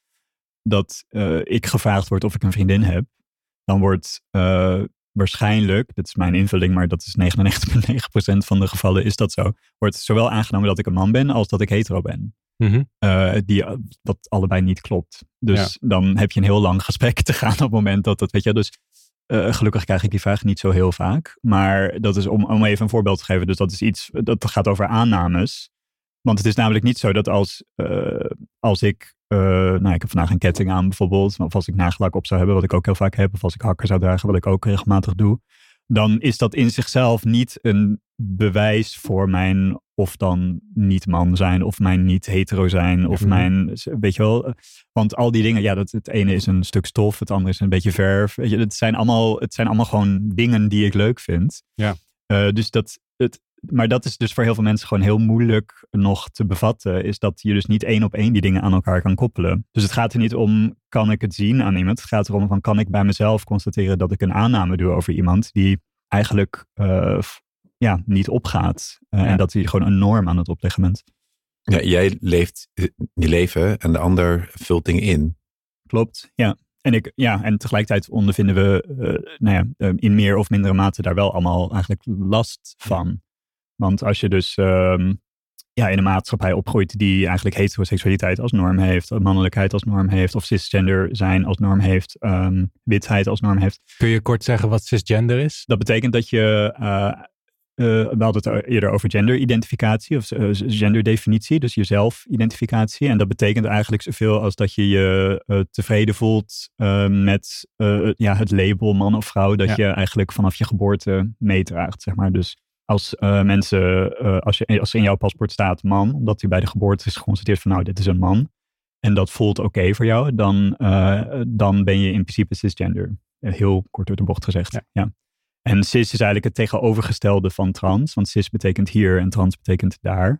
dat uh, ik gevraagd word of ik een vriendin heb, dan wordt uh, waarschijnlijk, dat is mijn invulling, maar dat is negenennegentig komma negen procent van de gevallen is dat zo, wordt zowel aangenomen dat ik een man ben, als dat ik hetero ben. Mm-hmm. Uh, die, wat allebei niet klopt. Dus ja. Dan heb je een heel lang gesprek te gaan op het moment dat dat, weet je, dus uh, gelukkig krijg ik die vraag niet zo heel vaak. Maar dat is om, om even een voorbeeld te geven. Dus dat is iets, dat gaat over aannames. Want het is namelijk niet zo dat als, uh, als ik, uh, nou ik heb vandaag een ketting aan bijvoorbeeld, of als ik nagellak op zou hebben, wat ik ook heel vaak heb, of als ik hakken zou dragen, wat ik ook regelmatig doe, dan is dat in zichzelf niet een bewijs voor mijn of dan niet man zijn, of mijn niet hetero zijn, of Mm-hmm. mijn, weet je wel. Want al die dingen, ja, dat, het ene is een stuk stof, het andere is een beetje verf. Weet je, het zijn allemaal, het zijn allemaal gewoon dingen die ik leuk vind. Ja. Uh, dus dat, het, maar dat is dus voor heel veel mensen gewoon heel moeilijk nog te bevatten, is dat je dus niet één op één die dingen aan elkaar kan koppelen. Dus het gaat er niet om, kan ik het zien aan iemand? Het gaat erom van, kan ik bij mezelf constateren dat ik een aanname doe over iemand die eigenlijk uh, ja, niet opgaat. Uh, Ja. En dat je gewoon een norm aan het opleggen bent. Ja, jij leeft je leven en de ander vult dingen in. Klopt, ja. En, ik, ja, en tegelijkertijd ondervinden we uh, nou ja, uh, in meer of mindere mate daar wel allemaal eigenlijk last van. Want als je dus um, ja, in een maatschappij opgroeit die eigenlijk heteroseksualiteit als norm heeft, mannelijkheid als norm heeft, of cisgender zijn als norm heeft, um, witheid als norm heeft. Kun je kort zeggen wat cisgender is? Dat betekent dat je, uh, uh, we hadden het eerder over genderidentificatie of uh, genderdefinitie, dus jezelfidentificatie. En dat betekent eigenlijk zoveel als dat je je uh, tevreden voelt uh, met uh, ja, het label man of vrouw dat Ja. je eigenlijk vanaf je geboorte meedraagt, zeg maar. Dus als uh, mensen, uh, als, je, als er in jouw paspoort staat man, omdat hij bij de geboorte is geconstateerd van nou, dit is een man, en dat voelt oké okay voor jou, dan, uh, dan ben je in principe cisgender. Heel kort door de bocht gezegd. Ja. Ja. En cis is eigenlijk het tegenovergestelde van trans, want cis betekent hier en trans betekent daar.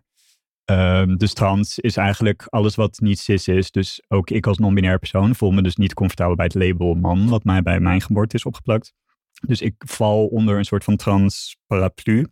Um, dus trans is eigenlijk alles wat niet cis is. Dus ook ik als non-binair persoon voel me dus niet comfortabel bij het label man, wat mij bij mijn geboorte is opgeplakt. Dus ik val onder een soort van trans paraplu.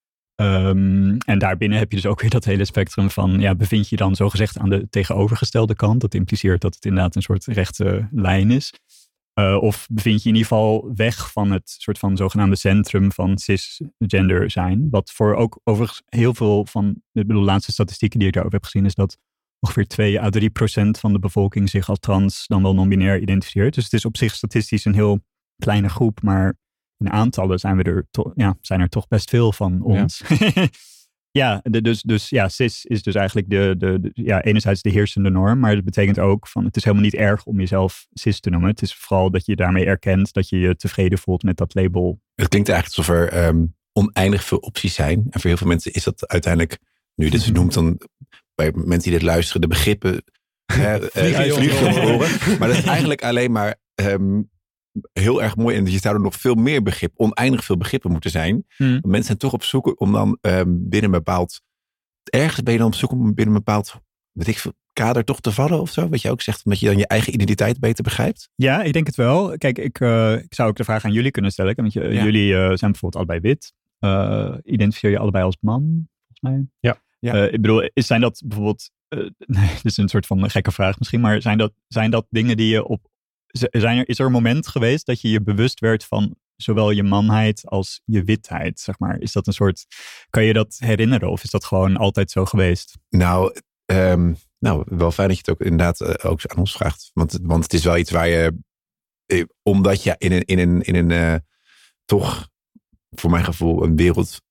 Um, en daarbinnen heb je dus ook weer dat hele spectrum van, ja, bevind je dan zogezegd aan de tegenovergestelde kant. Dat impliceert dat het inderdaad een soort rechte lijn is. Uh, of bevind je in ieder geval weg van het soort van zogenaamde centrum van cisgender zijn. Wat voor ook overigens heel veel van, ik bedoel, de laatste statistieken die ik daarover heb gezien, is dat ongeveer twee à drie procent van de bevolking zich als trans dan wel non-binair identificeert. Dus het is op zich statistisch een heel kleine groep, maar in aantallen zijn, we er, to- ja, zijn er toch best veel van ons. Ja, ja de, dus, dus ja, cis is dus eigenlijk de, de, de, ja, enerzijds de heersende norm, maar dat betekent ook van, het is helemaal niet erg om jezelf cis te noemen. Het is vooral dat je daarmee erkent dat je je tevreden voelt met dat label. Het klinkt eigenlijk alsof er um, oneindig veel opties zijn. En voor heel veel mensen is dat uiteindelijk, nu je dit zo noemt, dan bij mensen die dit luisteren, de begrippen uh, Vliegen, vliegen om joh. de oren. Maar dat is eigenlijk alleen maar um, heel erg mooi. En je zou er nog veel meer begrip, oneindig veel begrippen moeten zijn. Hmm. Want mensen zijn toch op zoek om dan um, binnen een bepaald, ergens ben je dan op zoek om binnen een bepaald weet ik veel, kader toch te vallen of zo? Wat je ook zegt, omdat je dan je eigen identiteit beter begrijpt? Ja, ik denk het wel. Kijk, ik, uh, ik zou ook de vraag aan jullie kunnen stellen. Want je, ja. jullie uh, zijn bijvoorbeeld allebei wit. Uh, identificeer je allebei als man, volgens mij? Ja. ja. Uh, ik bedoel, is, zijn dat bijvoorbeeld... Uh, nee, dit is een soort van een gekke vraag misschien. Maar zijn dat, zijn dat dingen die je op... Zijn er, is er een moment geweest dat je je bewust werd van zowel je manheid als je witheid, zeg maar? Is dat een soort... Kan je dat herinneren? Of is dat gewoon altijd zo geweest? Nou... Um... Nou, wel fijn dat je het ook inderdaad uh, ook aan ons vraagt. Want, want het is wel iets waar je... Eh, omdat je in een, in een, in een uh, toch, voor mijn gevoel, een wereld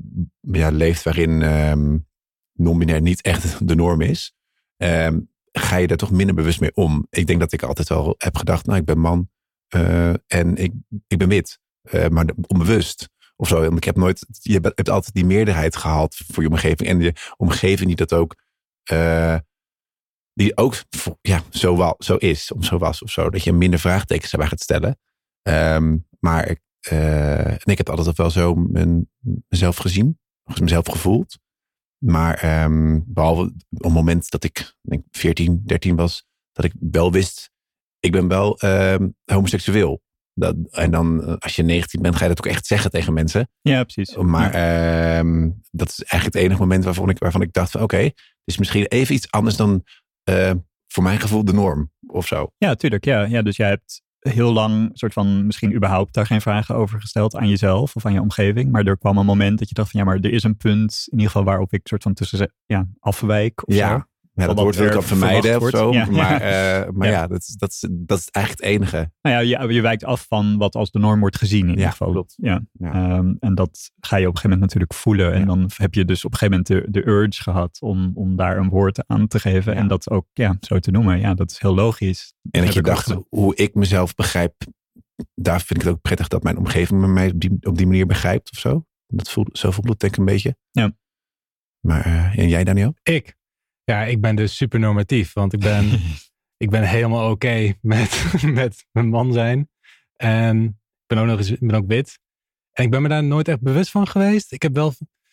ja, leeft waarin um, non-binair niet echt de norm is. Um, ga je daar toch minder bewust mee om. Ik denk dat ik altijd wel heb gedacht, nou, ik ben man uh, en ik, ik ben wit. Uh, maar onbewust of zo. Want ik heb nooit... Je hebt altijd die meerderheid gehaald voor je omgeving. En de omgeving die dat ook... Uh, die ook ja, zo, wel, zo is, of zo was of zo. Dat je minder vraagtekens erbij gaat stellen. Um, maar uh, en ik heb altijd wel zo mijn, mezelf gezien. Mezelf gevoeld. Maar um, behalve op het moment dat ik denk veertien, dertien was. Dat ik wel wist. Ik ben wel um, homoseksueel. Dat, en dan als je negentien bent ga je dat ook echt zeggen tegen mensen. Ja, precies. Maar ja. um, dat is eigenlijk het enige moment waarvan ik, waarvan ik dacht van oké. Okay, het is misschien even iets anders dan... Uh, voor mijn gevoel de norm of zo. Ja, tuurlijk. Ja. Ja, dus jij hebt heel lang soort van misschien überhaupt daar geen vragen over gesteld aan jezelf of aan je omgeving. Maar er kwam een moment dat je dacht van ja, maar er is een punt in ieder geval waarop ik soort van tussen ja, afwijk of ja. zo. Ja, dat woord wil ik dan vermijden of zo. Ja. Maar, uh, maar ja, ja dat, is, dat, is, dat is eigenlijk het enige. Nou ja, je, je wijkt af van wat als de norm wordt gezien in ja, ieder geval. Klopt. Ja. Ja. Um, en dat ga je op een gegeven moment natuurlijk voelen. En ja. dan heb je dus op een gegeven moment de, de urge gehad om, om daar een woord aan te geven. Ja. En dat ook ja, zo te noemen. Ja, dat is heel logisch. En dat je dacht, hoe ik mezelf begrijp, daar vind ik het ook prettig dat mijn omgeving me mij op die, op die manier begrijpt of zo. Dat voelt, zo voelt het denk ik een beetje. Ja. Maar uh, en jij, Daniel? Ik? Ja, ik ben dus super normatief. Want ik ben, ik ben helemaal oké okay met, met mijn man zijn. En ik ben ook nog eens, ik ben ook wit. En ik ben me daar nooit echt bewust van geweest. Ik heb wel...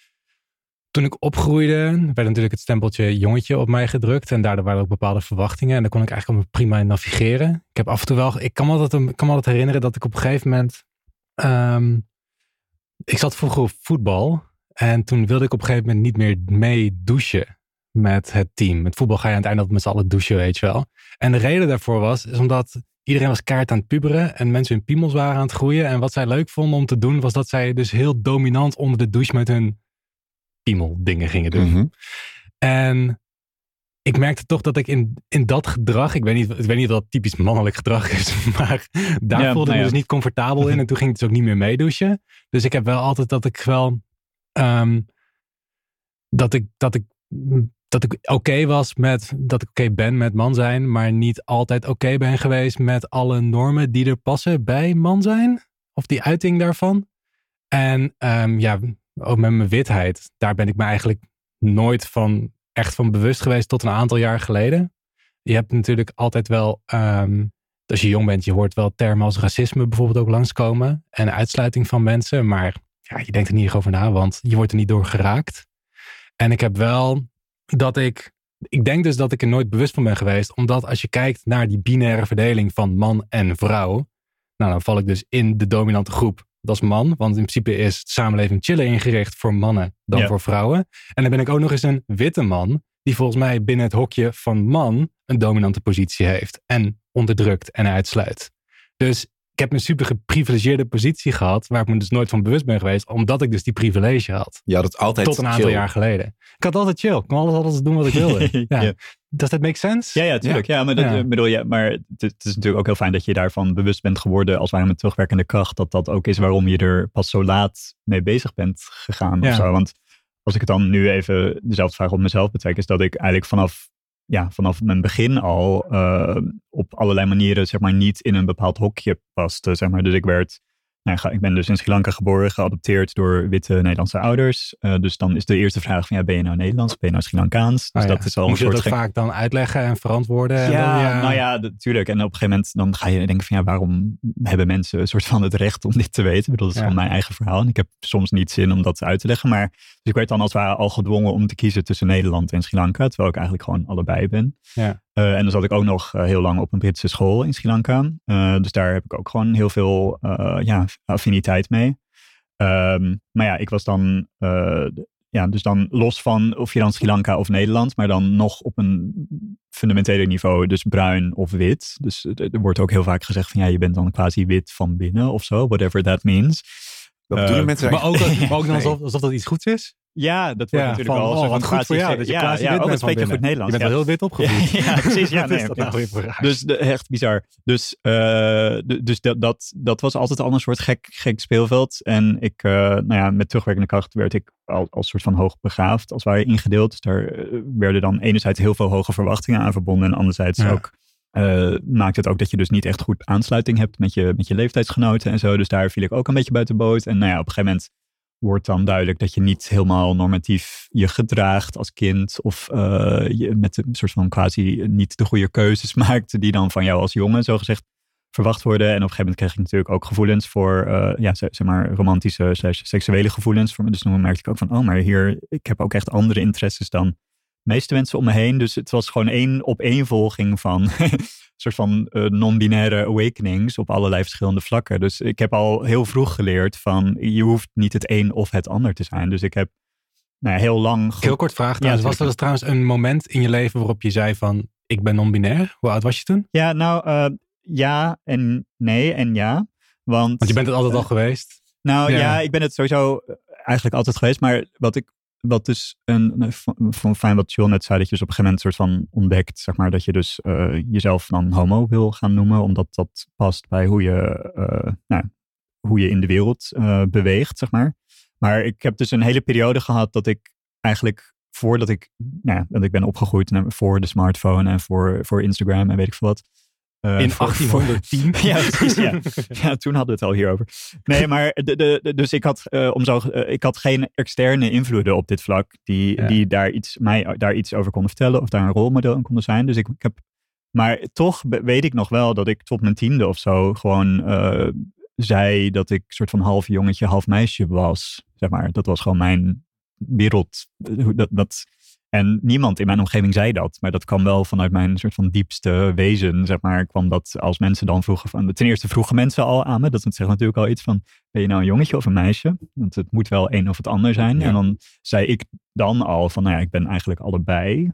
Toen ik opgroeide, werd natuurlijk het stempeltje jongetje op mij gedrukt. En daardoor waren ook bepaalde verwachtingen. En daar kon ik eigenlijk prima in navigeren. Ik heb af en toe wel... Ik kan me altijd, ik kan me altijd herinneren dat ik op een gegeven moment... Um, ik zat vroeger op voetbal. En toen wilde ik op een gegeven moment niet meer mee douchen met het team. Met voetbal ga je aan het einde met z'n allen douchen, weet je wel. En de reden daarvoor was, is omdat iedereen was kaart aan het puberen en mensen hun piemels waren aan het groeien. En wat zij leuk vonden om te doen, was dat zij dus heel dominant onder de douche met hun piemel dingen gingen doen. Mm-hmm. En ik merkte toch dat ik in, in dat gedrag, ik weet, niet, ik weet niet of dat typisch mannelijk gedrag is, maar daar ja, voelde ik me ja. dus niet comfortabel in. En toen ging ik dus ook niet meer meedouchen. Dus ik heb wel altijd dat ik wel, um, dat ik, dat ik, dat ik oké okay was met, dat ik oké okay ben met man zijn, maar niet altijd oké okay ben geweest met alle normen die er passen bij man zijn. Of die uiting daarvan. En um, ja, ook met mijn witheid, daar ben ik me eigenlijk nooit van echt van bewust geweest tot een aantal jaar geleden. Je hebt natuurlijk altijd wel, um, als je jong bent, je hoort wel termen als racisme bijvoorbeeld ook langskomen. En uitsluiting van mensen. Maar ja, je denkt er niet over na, want je wordt er niet door geraakt. En ik heb wel dat ik, ik denk dus dat ik er nooit bewust van ben geweest. Omdat als je kijkt naar die binaire verdeling van man en vrouw. Nou, dan val ik dus in de dominante groep. Dat is man, want in principe is het samenleving chiller ingericht voor mannen dan ja. voor vrouwen. En dan ben ik ook nog eens een witte man die volgens mij binnen het hokje van man een dominante positie heeft. En onderdrukt en uitsluit. Dus ik heb een super geprivilegeerde positie gehad, waar ik me dus nooit van bewust ben geweest, omdat ik dus die privilege had. Je had het altijd tot een aantal chill. jaar geleden. Ik had altijd chill. Ik kon alles, alles doen wat ik wilde. Ja. Ja. Does that make sense? Ja, ja, tuurlijk. Ja, ja maar, dat, ja. bedoel, ja, maar het, het is natuurlijk ook heel fijn dat je daarvan bewust bent geworden als wij met terugwerkende kracht, dat dat ook is waarom je er pas zo laat mee bezig bent gegaan. Ja. Of zo. Want als ik het dan nu even dezelfde vraag op mezelf betrek, is dat ik eigenlijk vanaf, ja, vanaf mijn begin al uh, op allerlei manieren zeg maar niet in een bepaald hokje paste. Zeg maar. Dus ik werd... Nou, ik ben dus in Sri Lanka geboren, geadopteerd door witte Nederlandse ouders. Uh, dus dan is de eerste vraag van, ja, ben je nou Nederlands? Ben je nou Sri Lankaans? Dus oh ja. dat is al Moet een je soort dat ook ge- vaak dan uitleggen en verantwoorden? Ja, en dan, ja, nou ja, natuurlijk. En op een gegeven moment dan ga je denken van, ja, waarom hebben mensen een soort van het recht om dit te weten? Ik bedoel, dat is ja. van mijn eigen verhaal. En ik heb soms niet zin om dat uit te leggen. Maar Dus ik werd dan als het ware al gedwongen om te kiezen tussen Nederland en Sri Lanka. Terwijl ik eigenlijk gewoon allebei ben. Ja. Uh, en dan zat ik ook nog uh, heel lang op een Britse school in Sri Lanka. Uh, dus daar heb ik ook gewoon heel veel uh, ja, affiniteit mee. Um, maar ja, ik was dan... Uh, ja, dus dan los van of je dan Sri Lanka of Nederland... maar dan nog op een fundamentele niveau. Dus bruin of wit. Dus er wordt ook heel vaak gezegd van... ja, je bent dan quasi wit van binnen of zo. Whatever that means. Wat bedoelen Uh, mensen Maar ook, maar ook dan Nee. alsof, alsof dat iets goeds is. Ja, dat wordt Ja, natuurlijk van, wel... oh, zo wat van goed voor jou, quasi- dat je ja, quasi ja, wit oh, bent dat spreek je van goed binnen. Nederlands. Je bent ja. wel heel wit opgevoed. Ja, ja, precies. Ja, Wat nee, is dat ja. nou weer voor raar? Dus de, echt bizar. Dus, uh, d- dus dat, dat, dat was altijd al een soort gek, gek speelveld. En ik, uh, nou ja, met terugwerkende kracht werd ik al, als soort van hoogbegaafd, als het ware ingedeeld. Dus daar uh, werden dan enerzijds heel veel hoge verwachtingen aan verbonden. En anderzijds Ja. ook uh, maakt het ook dat je dus niet echt goed aansluiting hebt met je, met je leeftijdsgenoten en zo. Dus daar viel ik ook een beetje buiten boot. En nou ja, op een gegeven moment wordt dan duidelijk dat je niet helemaal normatief je gedraagt als kind. Of uh, je met een soort van quasi niet de goede keuzes maakt die dan van jou als jongen zogezegd verwacht worden. En op een gegeven moment kreeg ik natuurlijk ook gevoelens voor, uh, ja, zeg maar romantische slash seksuele gevoelens. Dus toen merkte ik ook van, oh, maar hier, ik heb ook echt andere interesses dan de meeste mensen om me heen. Dus het was gewoon één opeenvolging van een soort van uh, non-binaire awakenings op allerlei verschillende vlakken. Dus ik heb al heel vroeg geleerd van, je hoeft niet het een of het ander te zijn. Dus ik heb nou ja, heel lang... Ge- Heel kort vraag trouwens. Ja, was er dus trouwens een moment in je leven waarop je zei van, ik ben non-binair? Hoe oud was je toen? Ja, nou, uh, ja en nee en ja. Want, Want je bent het altijd uh, al geweest. Nou Ja. ja. ik ben het sowieso eigenlijk altijd geweest. Maar wat ik, wat dus een, van fijn wat Jill net zei, dat je dus op een gegeven moment soort van ontdekt, zeg maar, dat je dus uh, jezelf dan homo wil gaan noemen, omdat dat past bij hoe je, uh, nou, hoe je in de wereld uh, beweegt, zeg maar. Maar ik heb dus een hele periode gehad dat ik eigenlijk voordat ik, nou ja, want ik ben opgegroeid voor de smartphone en voor, voor Instagram en weet ik veel wat. Uh, In voor, achttienhonderdtien? Ja, precies, ja. Ja, toen hadden we het al hierover. Nee, maar de, de, de, dus ik had, uh, om zo, uh, ik had geen externe invloeden op dit vlak die, Ja. die daar iets, mij daar iets over konden vertellen of daar een rolmodel in konden zijn. Dus ik, ik heb, maar toch weet ik nog wel dat ik tot mijn tiende of zo gewoon uh, zei dat ik een soort van half jongetje, half meisje was. Zeg maar, dat was gewoon mijn wereld. Dat, dat, En niemand in mijn omgeving zei dat. Maar dat kwam wel vanuit mijn soort van diepste wezen, zeg maar. Kwam dat als mensen dan vroegen van... Ten eerste vroegen mensen al aan me. Dat zegt natuurlijk al iets van... Ben je nou een jongetje of een meisje? Want het moet wel een of het ander zijn. Ja. En dan zei ik dan al van... Nou ja, ik ben eigenlijk allebei.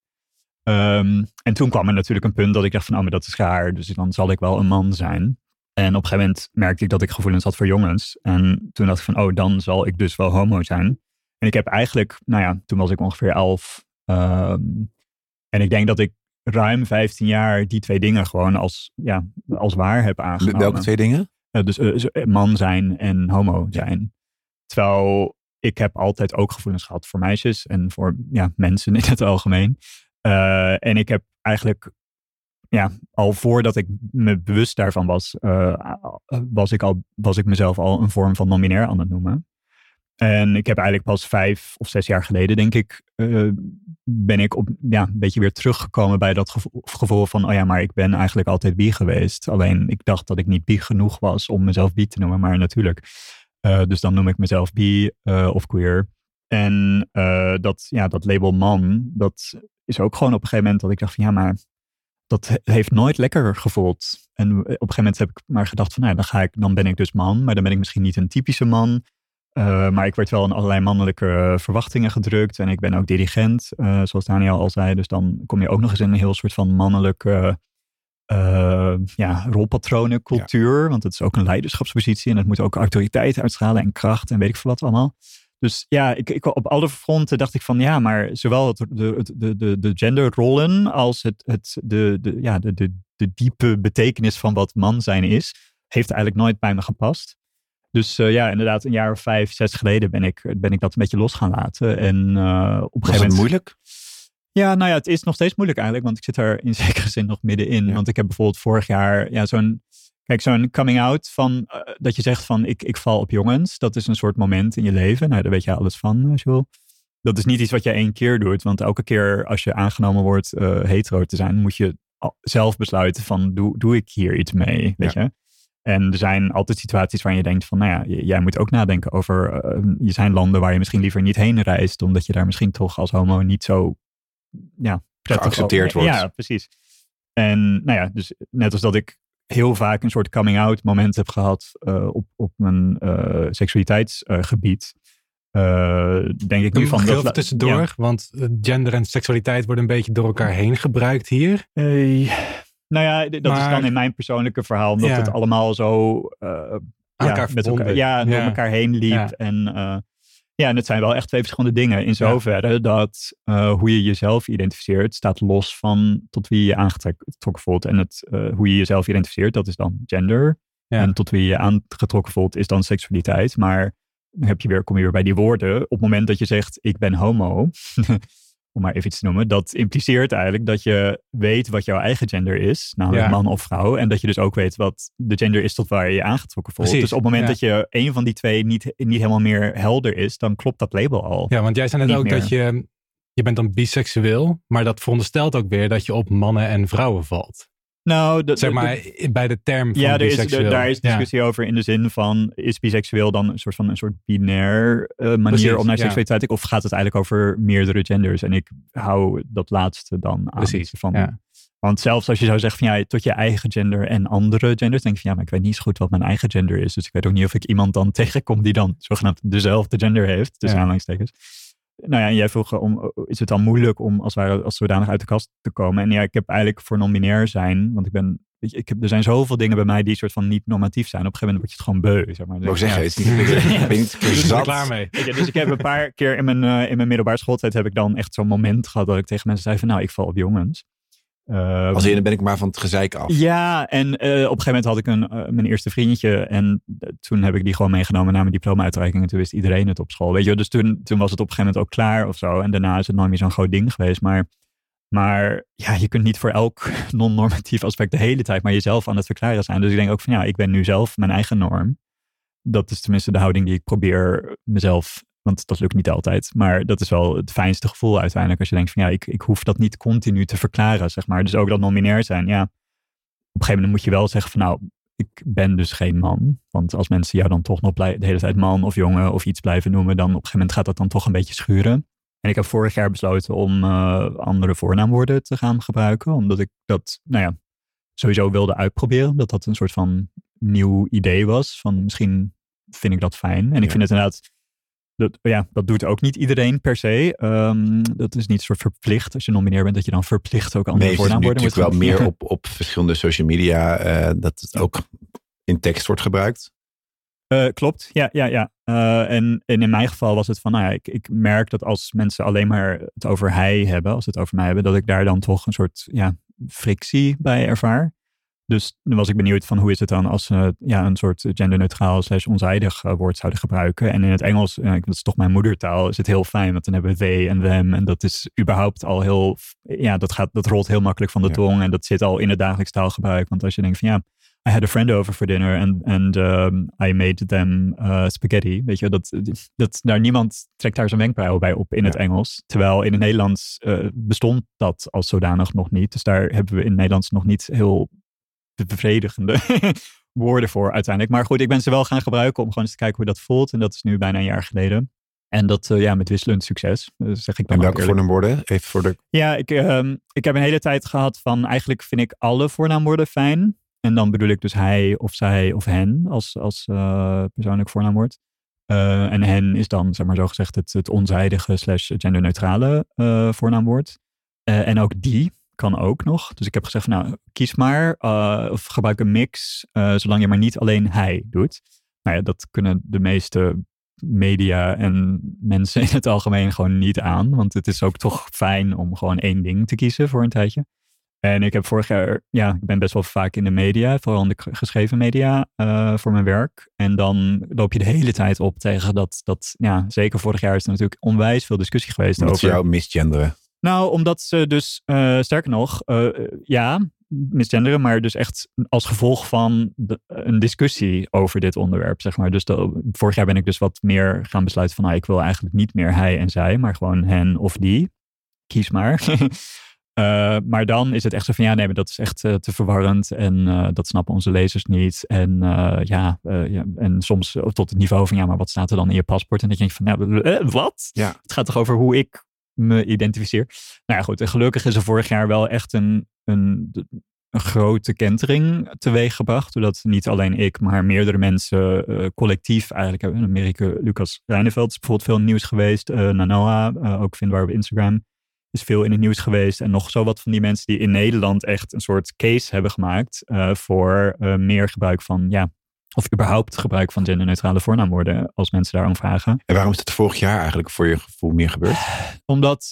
Um, en toen kwam er natuurlijk een punt dat ik dacht van... Oh, maar dat is raar. Dus dan zal ik wel een man zijn. En op een gegeven moment merkte ik dat ik gevoelens had voor jongens. En toen dacht ik van... Oh, dan zal ik dus wel homo zijn. En ik heb eigenlijk, nou ja, toen was ik ongeveer elf. Um, en ik denk dat ik ruim vijftien jaar die twee dingen gewoon als, ja, als waar heb aangenomen. Welke twee dingen? Uh, dus uh, man zijn en homo zijn. Terwijl ik heb altijd ook gevoelens gehad voor meisjes en voor ja, mensen in het algemeen. Uh, en ik heb eigenlijk, ja, al voordat ik me bewust daarvan was, uh, was, ik al, was ik mezelf al een vorm van non-binair aan het noemen. En ik heb eigenlijk pas vijf of zes jaar geleden, denk ik, uh, ben ik op, ja, een beetje weer teruggekomen bij dat gevo- gevoel van, oh ja, maar ik ben eigenlijk altijd bi geweest. Alleen ik dacht dat ik niet bi genoeg was om mezelf bi te noemen, maar natuurlijk. Uh, dus dan noem ik mezelf bi uh, of queer. En uh, dat, ja, dat label man, dat is ook gewoon op een gegeven moment dat ik dacht van, ja, maar dat heeft nooit lekker gevoeld. En op een gegeven moment heb ik maar gedacht van, nou, dan ga ik, dan ben ik dus man, maar dan ben ik misschien niet een typische man. Uh, maar ik werd wel in allerlei mannelijke verwachtingen gedrukt. En ik ben ook dirigent, uh, zoals Daniel al zei. Dus dan kom je ook nog eens in een heel soort van mannelijke uh, ja, rolpatronencultuur. Ja. Want het is ook een leiderschapspositie. En het moet ook autoriteit uitstralen en kracht en weet ik veel wat allemaal. Dus ja, ik, ik, op alle fronten dacht ik van ja, maar zowel het, de, de, de, de genderrollen als het, het, de, de, ja, de, de, de diepe betekenis van wat man zijn is, heeft eigenlijk nooit bij me gepast. Dus uh, ja, inderdaad, een jaar of vijf, zes geleden ben ik, ben ik dat een beetje los gaan laten. En uh, op een Was gegeven het moment... moeilijk? Ja, nou ja, het is nog steeds moeilijk eigenlijk, want ik zit er in zekere zin nog middenin. Ja. Want ik heb bijvoorbeeld vorig jaar ja, zo'n, kijk, zo'n coming out van, uh, dat je zegt van, ik, ik val op jongens. Dat is een soort moment in je leven. Nou, daar weet je alles van, als je wil. Dat is niet iets wat je één keer doet, want elke keer als je aangenomen wordt uh, hetero te zijn, moet je zelf besluiten van, doe, doe ik hier iets mee, weet ja. je? En er zijn altijd situaties waar je denkt van, nou ja, j- jij moet ook nadenken over, uh, er zijn landen waar je misschien liever niet heen reist, omdat je daar misschien toch als homo niet zo, ja, prettig Geaccepteerd over- wordt. Ja, precies. En nou ja, dus net als dat ik heel vaak een soort coming-out moment heb gehad uh, op, op mijn uh, seksualiteitsgebied, uh, denk ik nu Nu van... van heel dat- even tussendoor, ja. want uh, gender en seksualiteit worden een beetje door elkaar heen gebruikt hier. Eh, nou ja, d- dat is Maar- dan in mijn persoonlijke verhaal, omdat Ja. het allemaal zo uh, Aan ja, elkaar met elkaar, verbonden. ja, door Ja. elkaar heen liep. Ja. En uh, ja, en het zijn wel echt twee verschillende dingen. In zoverre dat uh, hoe je jezelf identificeert staat los van tot wie je aangetrokken voelt. En het, uh, hoe je jezelf identificeert, dat is dan gender. Ja. En tot wie je aangetrokken voelt, is dan seksualiteit. Maar dan heb je weer, kom je weer bij die woorden. Op het moment dat je zegt, ik ben homo, om maar even iets te noemen, dat impliceert eigenlijk dat je weet wat jouw eigen gender is, namelijk Ja. man of vrouw. En dat je dus ook weet wat de gender is tot waar je je aangetrokken voelt. Precies, Dus op het moment ja. dat je een van die twee niet, niet helemaal meer helder is, dan klopt dat label al. Ja, want jij zei net Niet ook meer. dat je, je bent dan biseksueel, maar dat veronderstelt ook weer dat je op mannen en vrouwen valt. Nou, de, Zeg de- maar, bij de term van ja, er is, biseksueel. er- daar is discussie over in de zin van, is biseksueel dan een soort van een soort binair uh, manier Precies, om naar ja. seksualiteit te kijken? Of gaat het eigenlijk over meerdere genders? En ik hou dat laatste dan aan. Precies, Van, ja. Want zelfs als je zou zeggen van ja, tot je eigen gender en andere genders, denk ik van ja, maar ik weet niet zo goed wat mijn eigen gender is. Dus ik weet ook niet of ik iemand dan tegenkom die dan zogenaamd dezelfde gender heeft, tussen Ja. aanhalingstekens. Nou ja, en jij vroeg om, is het dan moeilijk om als, ware, als zodanig uit de kast te komen? En ja, ik heb eigenlijk voor non-binair zijn, want ik ben, weet je, ik heb, er zijn zoveel dingen bij mij die soort van niet normatief zijn. Op een gegeven moment word je het gewoon beu, zeg maar. Ik wou Ja. zeggen, is niet, ik ben niet Dus ik ben zat. er klaar mee. Weet je, dus ik heb een paar keer in mijn, uh, in mijn middelbare schooltijd heb ik dan echt zo'n moment gehad dat ik tegen mensen zei van nou, ik val op jongens. Uh, Als in, dan ben ik maar van het gezeik af. Ja, en uh, op een gegeven moment had ik een, uh, mijn eerste vriendje. En uh, toen heb ik die gewoon meegenomen naar mijn diploma-uitreiking. En toen wist iedereen het op school. Weet je, dus toen, toen was het op een gegeven moment ook klaar of zo. En daarna is het nooit meer zo'n groot ding geweest. Maar, maar ja, je kunt niet voor elk non-normatief aspect de hele tijd maar jezelf aan het verklaren zijn. Dus ik denk ook van ja, ik ben nu zelf mijn eigen norm. Dat is tenminste de houding die ik probeer mezelf. Want dat lukt niet altijd. Maar dat is wel het fijnste gevoel uiteindelijk. Als je denkt van ja, ik, ik hoef dat niet continu te verklaren, zeg maar. Dus ook dat non-binair zijn. Ja, op een gegeven moment moet je wel zeggen van nou, ik ben dus geen man. Want als mensen jou dan toch nog blij, de hele tijd man of jongen of iets blijven noemen, dan op een gegeven moment gaat dat dan toch een beetje schuren. En ik heb vorig jaar besloten om uh, andere voornaamwoorden te gaan gebruiken. Omdat ik dat, nou ja, sowieso wilde uitproberen. Dat dat een soort van nieuw idee was. Van misschien vind ik dat fijn. En ik Ja. vind het inderdaad, dat, ja, dat doet ook niet iedereen per se. Um, dat is niet een soort verplicht. Als je non-binair bent, dat je dan verplicht ook andere Nee, het is nu voornaamwoorden natuurlijk wel moet meer op, op verschillende social media uh, dat het ook in tekst wordt gebruikt. Uh, klopt, ja, ja, ja. Uh, en, en in mijn geval was het van, nou ja, ik, ik merk dat als mensen alleen maar het over hij hebben, als ze het over mij hebben, dat ik daar dan toch een soort ja, frictie bij ervaar. Dus dan was ik benieuwd van hoe is het dan als ze ja, een soort genderneutraal slash onzijdig uh, woord zouden gebruiken. En in het Engels, uh, dat is toch mijn moedertaal, is het heel fijn, want dan hebben we they en them. En dat is überhaupt al heel, ja, dat, gaat, dat rolt heel makkelijk van de ja. tong. En dat zit al in het dagelijks taalgebruik. Want als je denkt van ja, I had a friend over for dinner and, and um, I made them uh, spaghetti. Weet je, dat, dat daar niemand trekt daar zijn wenkbrauw bij op in ja. het Engels. Terwijl in het Nederlands uh, bestond dat als zodanig nog niet. Dus daar hebben we in het Nederlands nog niet heel bevredigende woorden voor uiteindelijk. Maar goed, ik ben ze wel gaan gebruiken om gewoon eens te kijken hoe dat voelt. En dat is nu bijna een jaar geleden. En dat uh, ja, met wisselend succes. Dus zeg ik dan en welke voornaamwoorden? Even voor de... Ja, ik, um, ik heb een hele tijd gehad van eigenlijk vind ik alle voornaamwoorden fijn. En dan bedoel ik dus hij of zij of hen als, als uh, persoonlijk voornaamwoord. Uh, en hen is dan, zeg maar zo gezegd, het, het onzijdige slash genderneutrale uh, voornaamwoord. Uh, en ook die kan ook nog. Dus ik heb gezegd van nou, kies maar uh, of gebruik een mix, uh, zolang je maar niet alleen hij doet. Nou ja, dat kunnen de meeste media en mensen in het algemeen gewoon niet aan. Want het is ook toch fijn om gewoon één ding te kiezen voor een tijdje. En ik heb vorig jaar, ja, ik ben best wel vaak in de media, vooral in de geschreven media uh, voor mijn werk. En dan loop je de hele tijd op tegen dat, dat ja, zeker vorig jaar is er natuurlijk onwijs veel discussie geweest Wat over. ze jou misgenderen? Nou, omdat ze dus, uh, sterker nog, uh, ja, misgenderen, maar dus echt als gevolg van de, een discussie over dit onderwerp, zeg maar. Dus de, vorig jaar ben ik dus wat meer gaan besluiten van, nou, ik wil eigenlijk niet meer hij en zij, maar gewoon hen of die. Kies maar. Uh, maar dan is het echt zo van, ja, nee, maar dat is echt uh, te verwarrend. En uh, dat snappen onze lezers niet. En uh, ja, uh, ja, en soms tot het niveau van, ja, maar wat staat er dan in je paspoort? En dan denk je van, ja, uh, wat? Ja. Het gaat toch over hoe ik me identificeer? Nou ja, goed. En gelukkig is er vorig jaar wel echt een, een, een grote kentering teweeggebracht. Doordat niet alleen ik, maar meerdere mensen uh, collectief eigenlijk hebben. In Amerika, Lucas Reineveld is bijvoorbeeld veel in het nieuws geweest. Uh, Nanoa, uh, ook vindbaar op Instagram, is veel in het nieuws geweest. En nog zo wat van die mensen die in Nederland echt een soort case hebben gemaakt uh, voor uh, meer gebruik van, ja, of überhaupt gebruik van genderneutrale voornaamwoorden als mensen daarom vragen. En waarom is het vorig jaar eigenlijk voor je gevoel meer gebeurd? Omdat,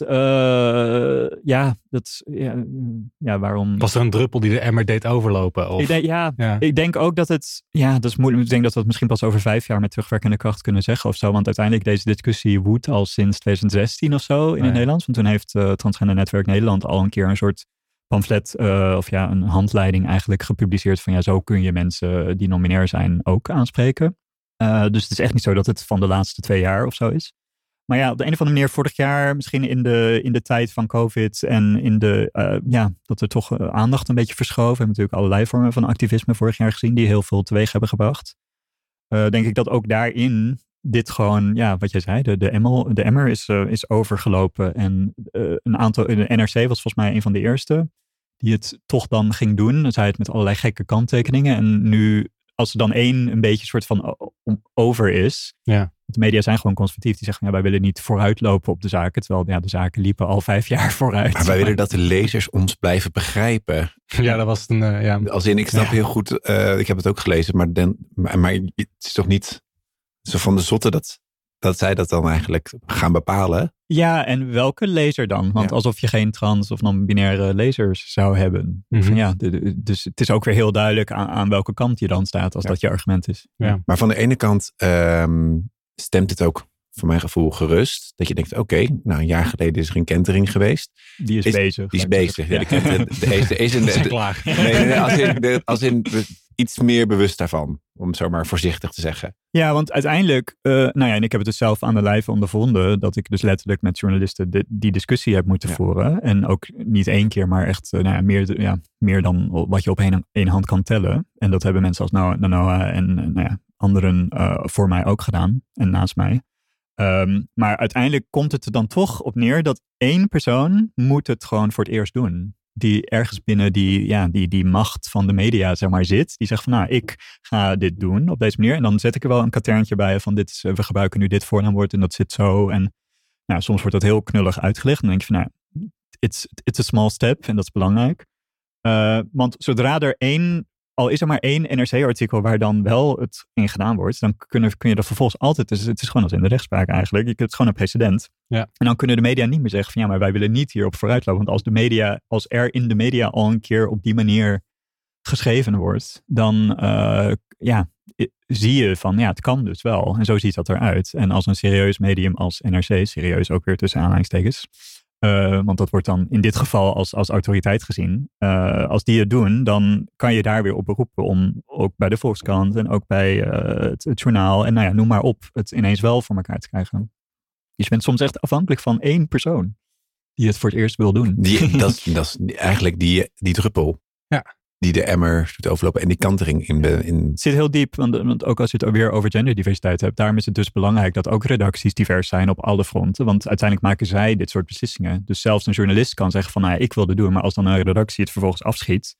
uh, ja, dat, ja, ja, waarom... Was er een druppel die de emmer deed overlopen? Of? Ik denk, ja, ja, ik denk ook dat het, ja, dat is moeilijk. Ik denk dat we het misschien pas over vijf jaar met terugwerkende kracht kunnen zeggen of zo. Want uiteindelijk deze discussie woedt al sinds twintig zestien of zo in ja. het Nederlands. Want toen heeft uh, Transgender Netwerk Nederland al een keer een soort pamflet uh, of ja, een handleiding eigenlijk gepubliceerd van ja, zo kun je mensen die non-binair zijn ook aanspreken. Uh, dus het is echt niet zo dat het van de laatste twee jaar of zo is. Maar ja, op de een of andere manier vorig jaar, misschien in de, in de tijd van COVID en in de, uh, ja, dat er toch uh, aandacht een beetje verschoven. We hebben natuurlijk allerlei vormen van activisme vorig jaar gezien die heel veel teweeg hebben gebracht. Uh, denk ik dat ook daarin dit gewoon, ja, wat jij zei, de, de, emmer, de emmer is, uh, is overgelopen. En uh, een aantal, de N R C was volgens mij een van de eerste die het toch dan ging doen. Dan zei het met allerlei gekke kanttekeningen. En nu, als er dan één een beetje soort van over is. Ja. De media zijn gewoon conservatief. Die zeggen, ja, wij willen niet vooruitlopen op de zaken. Terwijl ja, de zaken liepen al vijf jaar vooruit. Maar wij willen dat de lezers ons blijven begrijpen. Ja, dat was een, uh, ja. Als in, ik snap ja. heel goed, uh, ik heb het ook gelezen. Maar, den, maar, maar het is toch niet zo van de zotte dat, dat zij dat dan eigenlijk gaan bepalen? Ja, en welke lezer dan? Want ja. alsof je geen trans of non-binaire lezers zou hebben. Mm-hmm. Van, ja, de, de, dus het is ook weer heel duidelijk aan, aan welke kant je dan staat als ja. dat je argument is. Ja. Maar van de ene kant um, stemt het ook voor mijn gevoel gerust. Dat je denkt, oké, okay, nou een jaar geleden is er een kentering geweest. Die is, is bezig. Die is bezig. Ja, de kentering, de, de, de, is een, de, de, klaar. Nee, nee, nee, als in, de, als in iets meer bewust daarvan. Om het zo maar voorzichtig te zeggen. Ja, want uiteindelijk, uh, nou ja, en ik heb het dus zelf aan de lijve ondervonden, dat ik dus letterlijk met journalisten de, die discussie heb moeten ja. voeren. En ook niet één keer, maar echt uh, nou ja, meer, ja, meer dan wat je op één, één hand kan tellen. En dat hebben mensen als Nanoa en uh, nou ja, anderen uh, voor mij ook gedaan. En naast mij. Um, maar uiteindelijk komt het er dan toch op neer dat één persoon moet het gewoon voor het eerst doen. Die ergens binnen die, ja, die, die macht van de media, zeg maar, zit. Die zegt van, nou, ik ga dit doen op deze manier. En dan zet ik er wel een katerntje bij van, dit is, we gebruiken nu dit voornaamwoord en dat zit zo. En nou, soms wordt dat heel knullig uitgelegd. En dan denk je van, nou, it's, it's a small step en dat is belangrijk. Uh, want zodra er één, al is er maar één N R C-artikel waar dan wel het in gedaan wordt, dan kunnen, kun je dat vervolgens altijd, dus het is gewoon als in de rechtspraak eigenlijk, je kunt gewoon een precedent. Ja. En dan kunnen de media niet meer zeggen van ja, maar wij willen niet hierop vooruitlopen. Want als de media, als er in de media al een keer op die manier geschreven wordt, dan uh, ja, zie je van ja, het kan dus wel. En zo ziet dat eruit. En als een serieus medium als N R C, serieus ook weer tussen aanhalingstekens, Uh, want dat wordt dan in dit geval als, als autoriteit gezien. Uh, als die het doen, dan kan je daar weer op beroepen om ook bij de Volkskrant en ook bij uh, het, het journaal en nou ja, noem maar op, het ineens wel voor elkaar te krijgen. Dus je bent soms echt afhankelijk van één persoon die het voor het eerst wil doen. Die, dat, is, dat is eigenlijk die, die druppel. Ja. Die de emmer doet overlopen en die kantering in de... In... Het zit heel diep, want, want ook als je het weer over genderdiversiteit hebt, daarom is het dus belangrijk dat ook redacties divers zijn op alle fronten, want uiteindelijk maken zij dit soort beslissingen. Dus zelfs een journalist kan zeggen van, nou, ik wil dit doen, maar als dan een redactie het vervolgens afschiet,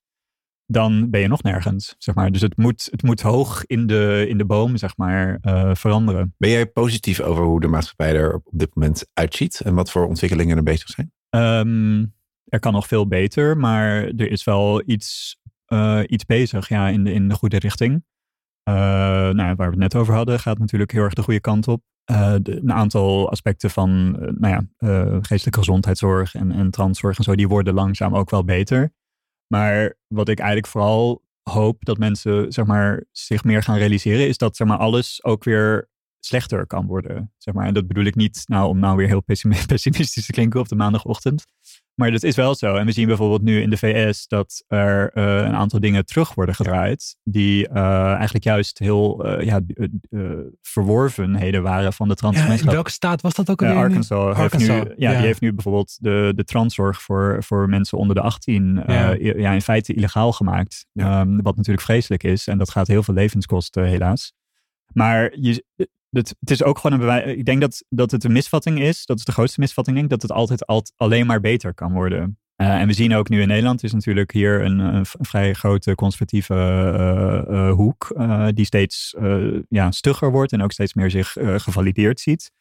dan ben je nog nergens, zeg maar. Dus het moet, het moet hoog in de, in de boom, zeg maar, uh, veranderen. Ben jij positief over hoe de maatschappij er op dit moment uitziet en wat voor ontwikkelingen er bezig zijn? Um, er kan nog veel beter, maar er is wel iets... Uh, iets bezig, ja, in de, in de goede richting. Uh, nou, waar we het net over hadden, gaat natuurlijk heel erg de goede kant op. Uh, de, een aantal aspecten van, uh, nou ja, uh, geestelijke gezondheidszorg en, en transzorg en zo, die worden langzaam ook wel beter. Maar wat ik eigenlijk vooral hoop dat mensen, zeg maar, zich meer gaan realiseren, is dat, zeg maar, alles ook weer slechter kan worden. Zeg maar. En dat bedoel ik niet nou, om nou weer heel pessimistisch te klinken op de maandagochtend. Maar dat is wel zo. En we zien bijvoorbeeld nu in de V S dat er uh, een aantal dingen terug worden gedraaid. Die uh, eigenlijk juist heel uh, ja, uh, uh, verworvenheden waren van de transgemeenschap. Ja, in welke staat was dat ook alweer? Uh, Arkansas. Arkansas. Heeft nu, ja, ja. Die heeft nu bijvoorbeeld de, de transzorg voor, voor mensen onder de achttien uh, ja. ja, in feite illegaal gemaakt. Ja. Um, wat natuurlijk vreselijk is. En dat gaat heel veel levens kosten, helaas. Maar je, het, het is ook gewoon een bewijs. Ik denk dat, dat het een misvatting is. Dat is de grootste misvatting, denk ik. Dat het altijd, altijd alleen maar beter kan worden. Uh, en we zien ook nu in Nederland is natuurlijk hier een, een vrij grote conservatieve uh, uh, hoek. Uh, die steeds uh, ja, stugger wordt en ook steeds meer zich uh, gevalideerd ziet.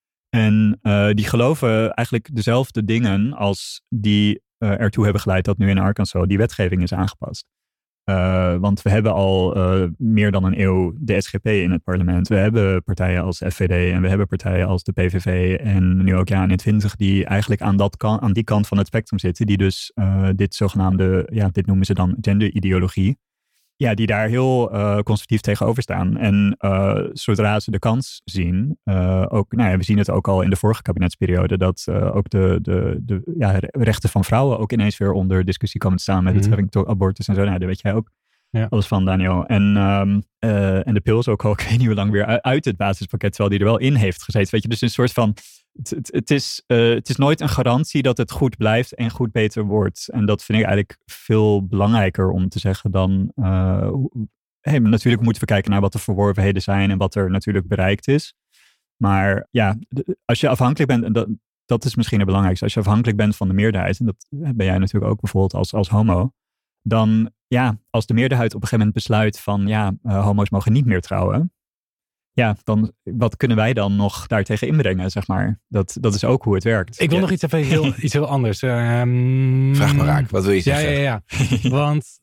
En uh, die geloven eigenlijk dezelfde dingen als die uh, ertoe hebben geleid dat nu in Arkansas die wetgeving is aangepast. Uh, want we hebben al uh, meer dan een eeuw de S G P in het parlement. We hebben partijen als F V D en we hebben partijen als de P V V en nu ook ja eenentwintig die eigenlijk aan, dat kan, aan die kant van het spectrum zitten. Die dus uh, dit zogenaamde, ja dit noemen ze dan genderideologie. Ja, die daar heel uh, conservatief tegenover staan. En uh, zodra ze de kans zien, uh, ook, nou ja, we zien het ook al in de vorige kabinetsperiode, dat uh, ook de, de, de ja, rechten van vrouwen ook ineens weer onder discussie komen te staan met mm-hmm. betrekking tot abortus en zo. Nou, daar weet jij ook ja. alles van, Daniel. En, um, uh, en de pil is ook al, ik weet niet hoe lang weer uit het basispakket, terwijl die er wel in heeft gezeten. Weet je, dus een soort van, het, het, het, is, uh, het is nooit een garantie dat het goed blijft en goed beter wordt. En dat vind ik eigenlijk veel belangrijker om te zeggen dan, uh, hey, natuurlijk moeten we kijken naar wat de verworvenheden zijn en wat er natuurlijk bereikt is. Maar ja, als je afhankelijk bent, en dat, dat is misschien het belangrijkste, als je afhankelijk bent van de meerderheid, en dat ben jij natuurlijk ook bijvoorbeeld als, als homo, dan ja, als de meerderheid op een gegeven moment besluit van ja, uh, homo's mogen niet meer trouwen. Ja, dan wat kunnen wij dan nog daartegen inbrengen, zeg maar. Dat, dat is ook hoe het werkt. Ik wil ja. nog iets even heel, iets heel anders. Um, Vraag maar raak, wat wil je zeggen? Ja, ja, ja. Want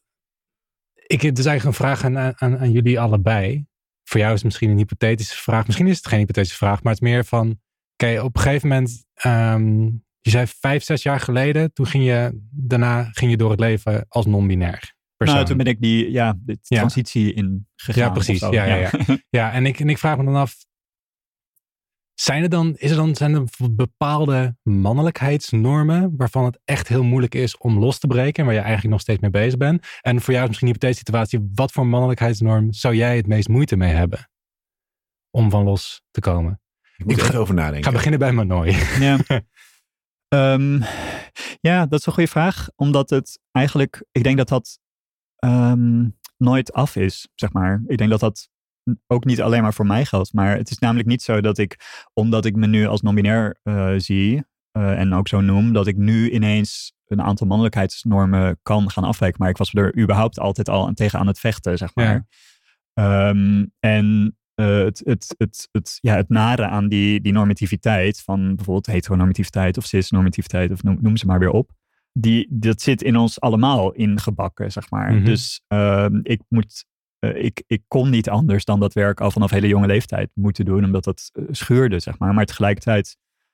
ik heb dus eigenlijk een vraag aan, aan, aan jullie allebei. Voor jou is het misschien een hypothetische vraag. Misschien is het geen hypothetische vraag, maar het is meer van, oké, okay, op een gegeven moment, um, je zei vijf, zes jaar geleden, toen ging je, daarna ging je door het leven als non-binair. Persoon. Nou, toen ben ik die, ja, de transitie ja. in gegaan. Ja, precies. Ja, ja, ja. ja. ja en, ik, en ik vraag me dan af, zijn er dan, is er dan, zijn er bepaalde mannelijkheidsnormen waarvan het echt heel moeilijk is om los te breken en waar je eigenlijk nog steeds mee bezig bent? En voor jou is misschien een hypothetische situatie, wat voor mannelijkheidsnorm zou jij het meest moeite mee hebben om van los te komen? Ik moet ik er even over nadenken. Ik ga beginnen bij Manoy. Ja. um, ja, dat is een goede vraag. Omdat het eigenlijk, ik denk dat dat um, nooit af is, zeg maar. Ik denk dat dat ook niet alleen maar voor mij geldt. Maar het is namelijk niet zo dat ik, omdat ik me nu als non-binair uh, zie uh, en ook zo noem, dat ik nu ineens een aantal mannelijkheidsnormen kan gaan afwijken. Maar ik was er überhaupt altijd al tegen aan het vechten, zeg maar. Ja. Um, en uh, het, het, het, het, ja, het nare aan die, die normativiteit van bijvoorbeeld heteronormativiteit of cisnormativiteit of noem, noem ze maar weer op. Die, dat zit in ons allemaal ingebakken, zeg maar. Mm-hmm. Dus uh, ik moet... Uh, ik, ik kon niet anders dan dat werk al vanaf hele jonge leeftijd moeten doen, omdat dat uh, schuurde, zeg maar. Maar tegelijkertijd,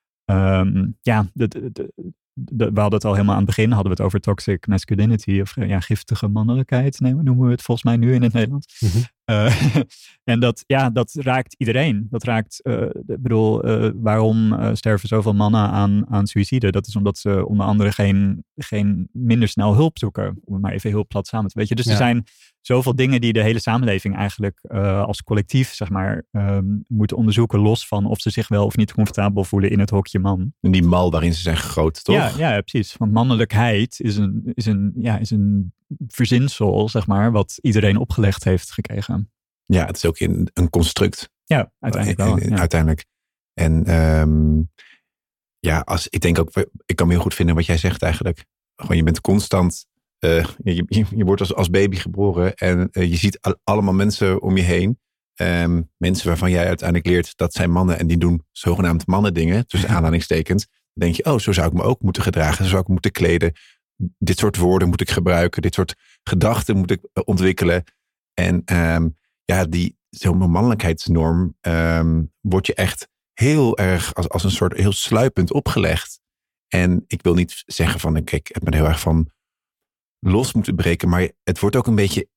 um, ja, de, de, de, de, we hadden het al helemaal aan het begin, hadden we het over toxic masculinity, of ja, giftige mannelijkheid, nee, noemen we het volgens mij nu in het Nederlands. Mm-hmm. Uh, en dat, ja, dat raakt iedereen. Dat raakt, uh, ik bedoel, uh, waarom uh, sterven zoveel mannen aan, aan suïcide? Dat is omdat ze onder andere geen, geen minder snel hulp zoeken. Om het maar even heel plat samen te weten. Dus ja. Er zijn zoveel dingen die de hele samenleving eigenlijk uh, als collectief, zeg maar, um, moeten onderzoeken, los van of ze zich wel of niet comfortabel voelen in het hokje man. In die mal waarin ze zijn gegoten, toch? Ja, ja, precies. Want mannelijkheid is een, is een, ja, is een verzinsel, zeg maar, wat iedereen opgelegd heeft gekregen. Ja, het is ook in een construct. Ja, uiteindelijk wel. En, ja. Uiteindelijk. En um, ja, als, ik denk ook, ik kan me heel goed vinden wat jij zegt eigenlijk. Gewoon, je bent constant, uh, je, je, je wordt als, als baby geboren en uh, je ziet al, allemaal mensen om je heen. Um, mensen waarvan jij uiteindelijk leert, dat zijn mannen en die doen zogenaamd mannendingen, tussen aanhalingstekens. Dan denk je, oh, zo zou ik me ook moeten gedragen, zo zou ik me moeten kleden. Dit soort woorden moet ik gebruiken, dit soort gedachten moet ik uh, ontwikkelen. En um, ja, die zo'n mannelijkheidsnorm um, wordt je echt heel erg als, als een soort heel sluipend opgelegd. En ik wil niet zeggen van, kijk, ik heb me er heel erg van los moeten breken, maar het wordt ook een beetje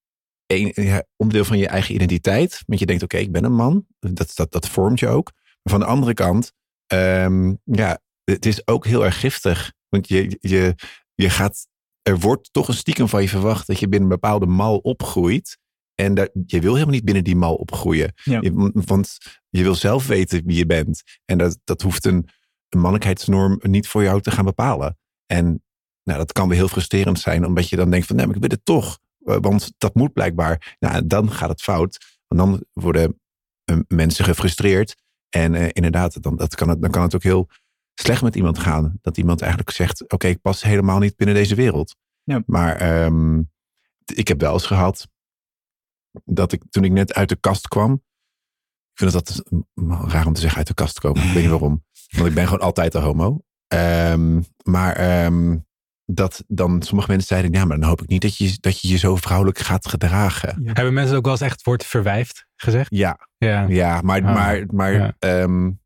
een ja, onderdeel van je eigen identiteit. Want je denkt, oké, okay, ik ben een man. Dat, dat, dat vormt je ook. Maar van de andere kant, um, ja, het is ook heel erg giftig. Want je, je, je gaat, er wordt toch een stiekem van je verwacht dat je binnen een bepaalde mal opgroeit. En dat, je wil helemaal niet binnen die mal opgroeien. Ja. Je, want je wil zelf weten wie je bent. En dat, dat hoeft een, een mannelijkheidsnorm niet voor jou te gaan bepalen. En nou, dat kan weer heel frustrerend zijn. Omdat je dan denkt van, nee, maar ik wil het toch. Want dat moet blijkbaar. Nou, dan gaat het fout. Want dan worden uh, mensen gefrustreerd. En uh, inderdaad, dan, dat kan het, dan kan het ook heel slecht met iemand gaan. Dat iemand eigenlijk zegt, oké, okay, ik pas helemaal niet binnen deze wereld. Ja. Maar um, ik heb wel eens gehad dat ik, toen ik net uit de kast kwam. Ik vind dat raar om te zeggen uit de kast komen. Ik weet niet waarom. Want ik ben gewoon altijd een homo. Um, maar um, dat dan sommige mensen zeiden, ja, maar dan hoop ik niet dat je dat je, je zo vrouwelijk gaat gedragen. Ja. Hebben mensen ook wel eens echt het woord verwijfd gezegd? Ja, ja, ja maar, oh. maar, maar ja. Um,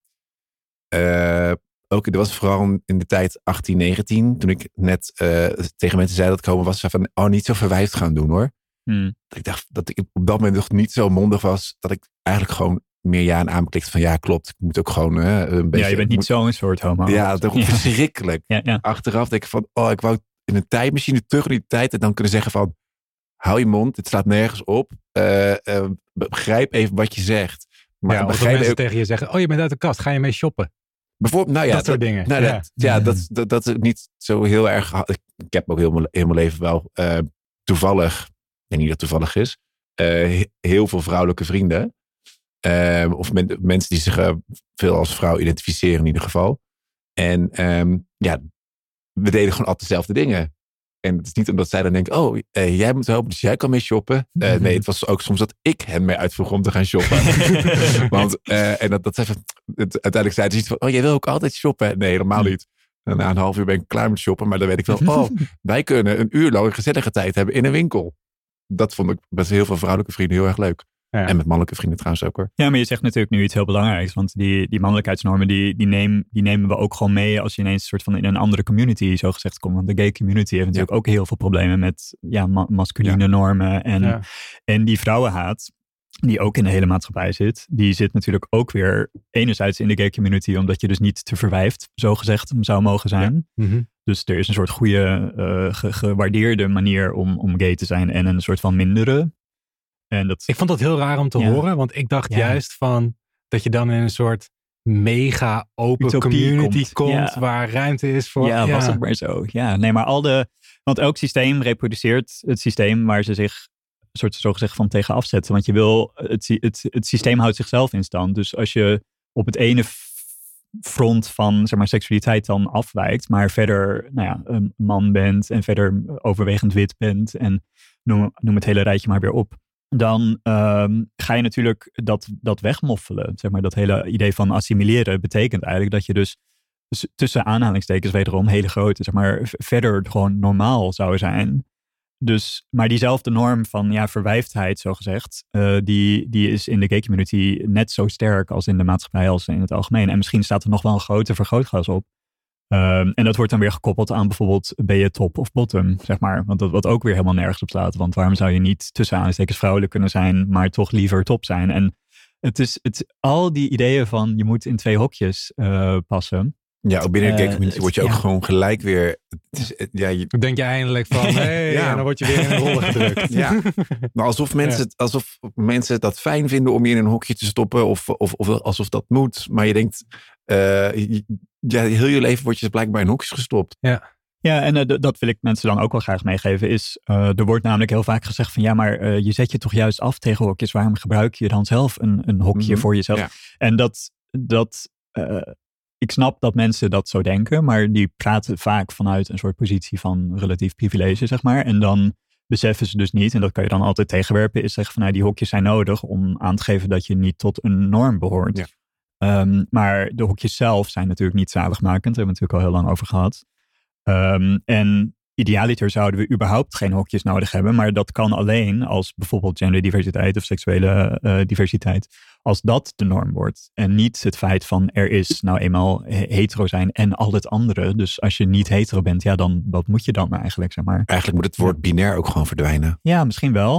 uh, ook, er was vooral in de tijd achttien, negentien, toen ik net uh, tegen mensen zei dat ik homo was, zei van, oh, niet zo verwijfd gaan doen hoor. Hmm. Dat ik dacht dat ik op dat moment nog niet zo mondig was, dat ik eigenlijk gewoon meer ja en aanklikte van ja, klopt. Ik moet ook gewoon uh, een beetje... Ja, je bent niet moet, zo'n soort homo. Ja, dat is ja. verschrikkelijk. Ja, ja. Achteraf denk ik van, oh, ik wou in een tijdmachine terug in die tijd en dan kunnen zeggen van, hou je mond, dit slaat nergens op. Uh, uh, begrijp even wat je zegt. Maar ja, begrijp mensen ook tegen je zeggen, oh, je bent uit de kast, ga je mee shoppen? Bijvoorbeeld, nou ja, dat soort dat, dingen. Nou, ja, dat, ja mm. dat, dat, dat is niet zo heel erg... Ik heb ook heel mijn, heel mijn leven wel uh, toevallig, ik denk niet dat het toevallig is, uh, heel veel vrouwelijke vrienden. Uh, of men, mensen die zich uh, veel als vrouw identificeren in ieder geval. En um, ja, we deden gewoon altijd dezelfde dingen. En het is niet omdat zij dan denken, oh, uh, jij moet helpen, dus jij kan mee shoppen. Uh, nee, het was ook soms dat ik hen mee uitvroeg om te gaan shoppen. Want, uh, en dat, dat even, het, uiteindelijk zeiden ze iets van, oh, jij wil ook altijd shoppen? Nee, helemaal niet. En na een half uur ben ik klaar met shoppen, maar dan weet ik wel, oh, wij kunnen een uur lang gezellige tijd hebben in een winkel. Dat vond ik met heel veel vrouwelijke vrienden heel erg leuk. Ja. En met mannelijke vrienden trouwens ook hoor. Ja, maar je zegt natuurlijk nu iets heel belangrijks. Want die, die mannelijkheidsnormen, die, die, neem, die nemen we ook gewoon mee als je ineens een soort van in een andere community zo gezegd komt. Want de gay community heeft natuurlijk ja. ook heel veel problemen met ja, ma- masculine ja. normen. En, ja. en die vrouwenhaat, die ook in de hele maatschappij zit, die zit natuurlijk ook weer enerzijds in de gay community, omdat je dus niet te verwijfd, zo gezegd, zou mogen zijn. Ja. Mm-hmm. Dus er is een soort goede, uh, ge- gewaardeerde manier om, om gay te zijn en een soort van mindere. En dat, ik vond dat heel raar om te ja. horen, want ik dacht ja. juist van dat je dan in een soort mega open Utopie community komt, komt ja. waar ruimte is voor... Ja, ja, was het maar zo. Ja, nee, maar al de... Want elk systeem reproduceert het systeem waar ze zich een soort zogezegd van tegen afzetten. Want je wil... Het, het, het systeem houdt zichzelf in stand. Dus als je op het ene front van zeg maar, seksualiteit dan afwijkt, maar verder nou ja, een man bent en verder overwegend wit bent en noem, noem het hele rijtje maar weer op, dan um, ga je natuurlijk dat, dat wegmoffelen. Zeg maar, dat hele idee van assimileren betekent eigenlijk dat je dus tussen aanhalingstekens wederom hele grote, zeg maar, verder gewoon normaal zou zijn. Dus, maar diezelfde norm van ja, verwijfdheid, zogezegd, uh, die, die is in de gay community net zo sterk als in de maatschappij als in het algemeen. En misschien staat er nog wel een groter vergrootglas op. Um, en dat wordt dan weer gekoppeld aan bijvoorbeeld ben je top of bottom, zeg maar. Want dat wat ook weer helemaal nergens op staat. Want waarom zou je niet tussen aanstekens vrouwelijk kunnen zijn, maar toch liever top zijn? En het is het, al die ideeën van je moet in twee hokjes uh, passen. Ja, ook binnen de gay community uh, word je ook ja. gewoon gelijk weer... Het is, ja, je... Denk je eindelijk van, hé, hey, ja. dan word je weer in een rol gedrukt. Ja, maar alsof mensen, ja. alsof mensen dat fijn vinden om je in een hokje te stoppen of, of, of alsof dat moet. Maar je denkt, uh, je, ja, heel je leven word je blijkbaar in hokjes gestopt. Ja. Ja, en uh, d- dat wil ik mensen dan ook wel graag meegeven. Is, uh, er wordt namelijk heel vaak gezegd van ja, maar uh, je zet je toch juist af tegen hokjes. Waarom gebruik je dan zelf een, een hokje mm-hmm. voor jezelf? Ja. En dat... dat uh, ik snap dat mensen dat zo denken, maar die praten vaak vanuit een soort positie van relatief privilege, zeg maar. En dan beseffen ze dus niet, en dat kan je dan altijd tegenwerpen, is zeggen van nou, die hokjes zijn nodig om aan te geven dat je niet tot een norm behoort. Ja. Um, maar de hokjes zelf zijn natuurlijk niet zaligmakend, daar hebben we het natuurlijk al heel lang over gehad. Um, en idealiter zouden we überhaupt geen hokjes nodig hebben, maar dat kan alleen als bijvoorbeeld genderdiversiteit of seksuele uh, diversiteit, als dat de norm wordt. En niet het feit van er is nou eenmaal hetero zijn en al het andere. Dus als je niet hetero bent, ja dan wat moet je dan eigenlijk, zeg maar. Eigenlijk moet het woord binair ook gewoon verdwijnen. Ja, misschien wel.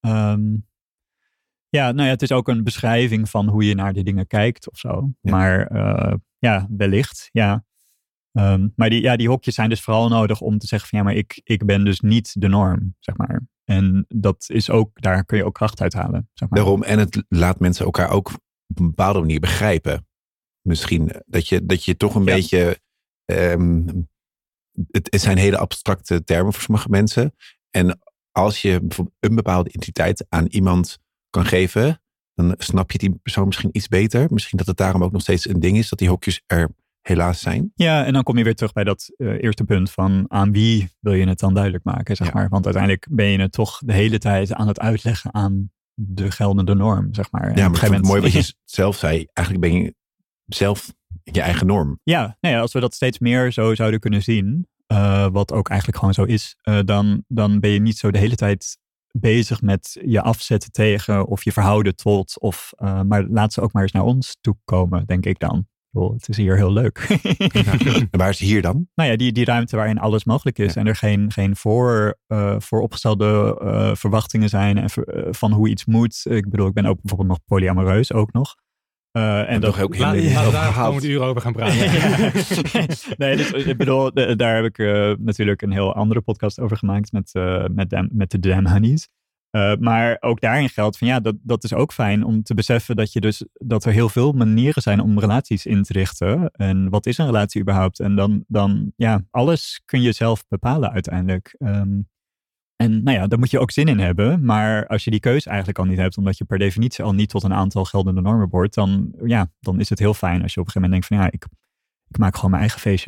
Um, ja, nou ja, het is ook een beschrijving van hoe je naar die dingen kijkt of zo. Ja. Maar uh, ja, wellicht, ja. Um, maar die, ja, die hokjes zijn dus vooral nodig om te zeggen van ja, maar ik, ik ben dus niet de norm, zeg maar. En dat is ook, daar kun je ook kracht uit halen, zeg maar. Daarom, en het laat mensen elkaar ook op een bepaalde manier begrijpen. Misschien dat je, dat je toch een Ja. beetje... Um, het, het zijn hele abstracte termen voor sommige mensen. En als je bijvoorbeeld een bepaalde identiteit aan iemand kan geven, dan snap je die persoon misschien iets beter. Misschien dat het daarom ook nog steeds een ding is, dat die hokjes er helaas zijn. Ja, en dan kom je weer terug bij dat uh, eerste punt van aan wie wil je het dan duidelijk maken, zeg Ja. maar. Want uiteindelijk ben je het toch de hele tijd aan het uitleggen aan de geldende norm, zeg maar. En Ja, op een maar ik gegeven vond het moment- mooi wat je zelf zei. Eigenlijk ben je zelf je eigen norm. Ja, nou ja, als we dat steeds meer zo zouden kunnen zien, uh, wat ook eigenlijk gewoon zo is, uh, dan, dan ben je niet zo de hele tijd bezig met je afzetten tegen of je verhouden tot, of, uh, maar laat ze ook maar eens naar ons toe komen, denk ik dan. Oh, het is hier heel leuk. En waar is hier dan? Nou ja, die, die ruimte waarin alles mogelijk is. Ja. En er geen, geen voor, uh, vooropgestelde uh, verwachtingen zijn en ver, uh, van hoe iets moet. Ik bedoel, ik ben ook bijvoorbeeld nog polyamoreus ook nog. Uh, en dat toch ook Laat- helemaal Laten we niet daar over gewoon een uur over gaan praten. Ja. Nee, dus, ik bedoel, de- daar heb ik uh, natuurlijk een heel andere podcast over gemaakt met, uh, met, Dam, met de Damn Honeys. Uh, maar ook daarin geldt van ja, dat, dat is ook fijn om te beseffen dat je dus dat er heel veel manieren zijn om relaties in te richten. En wat is een relatie überhaupt? En dan, dan ja, alles kun je zelf bepalen uiteindelijk. Um, en nou ja, daar moet je ook zin in hebben. Maar als je die keuze eigenlijk al niet hebt, omdat je per definitie al niet tot een aantal geldende normen behoort, dan, ja, dan is het heel fijn als je op een gegeven moment denkt van ja, ik, ik maak gewoon mijn eigen feestje.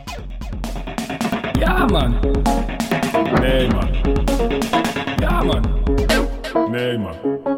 Ja, man. Nee, man. Ja, man. Nee, man.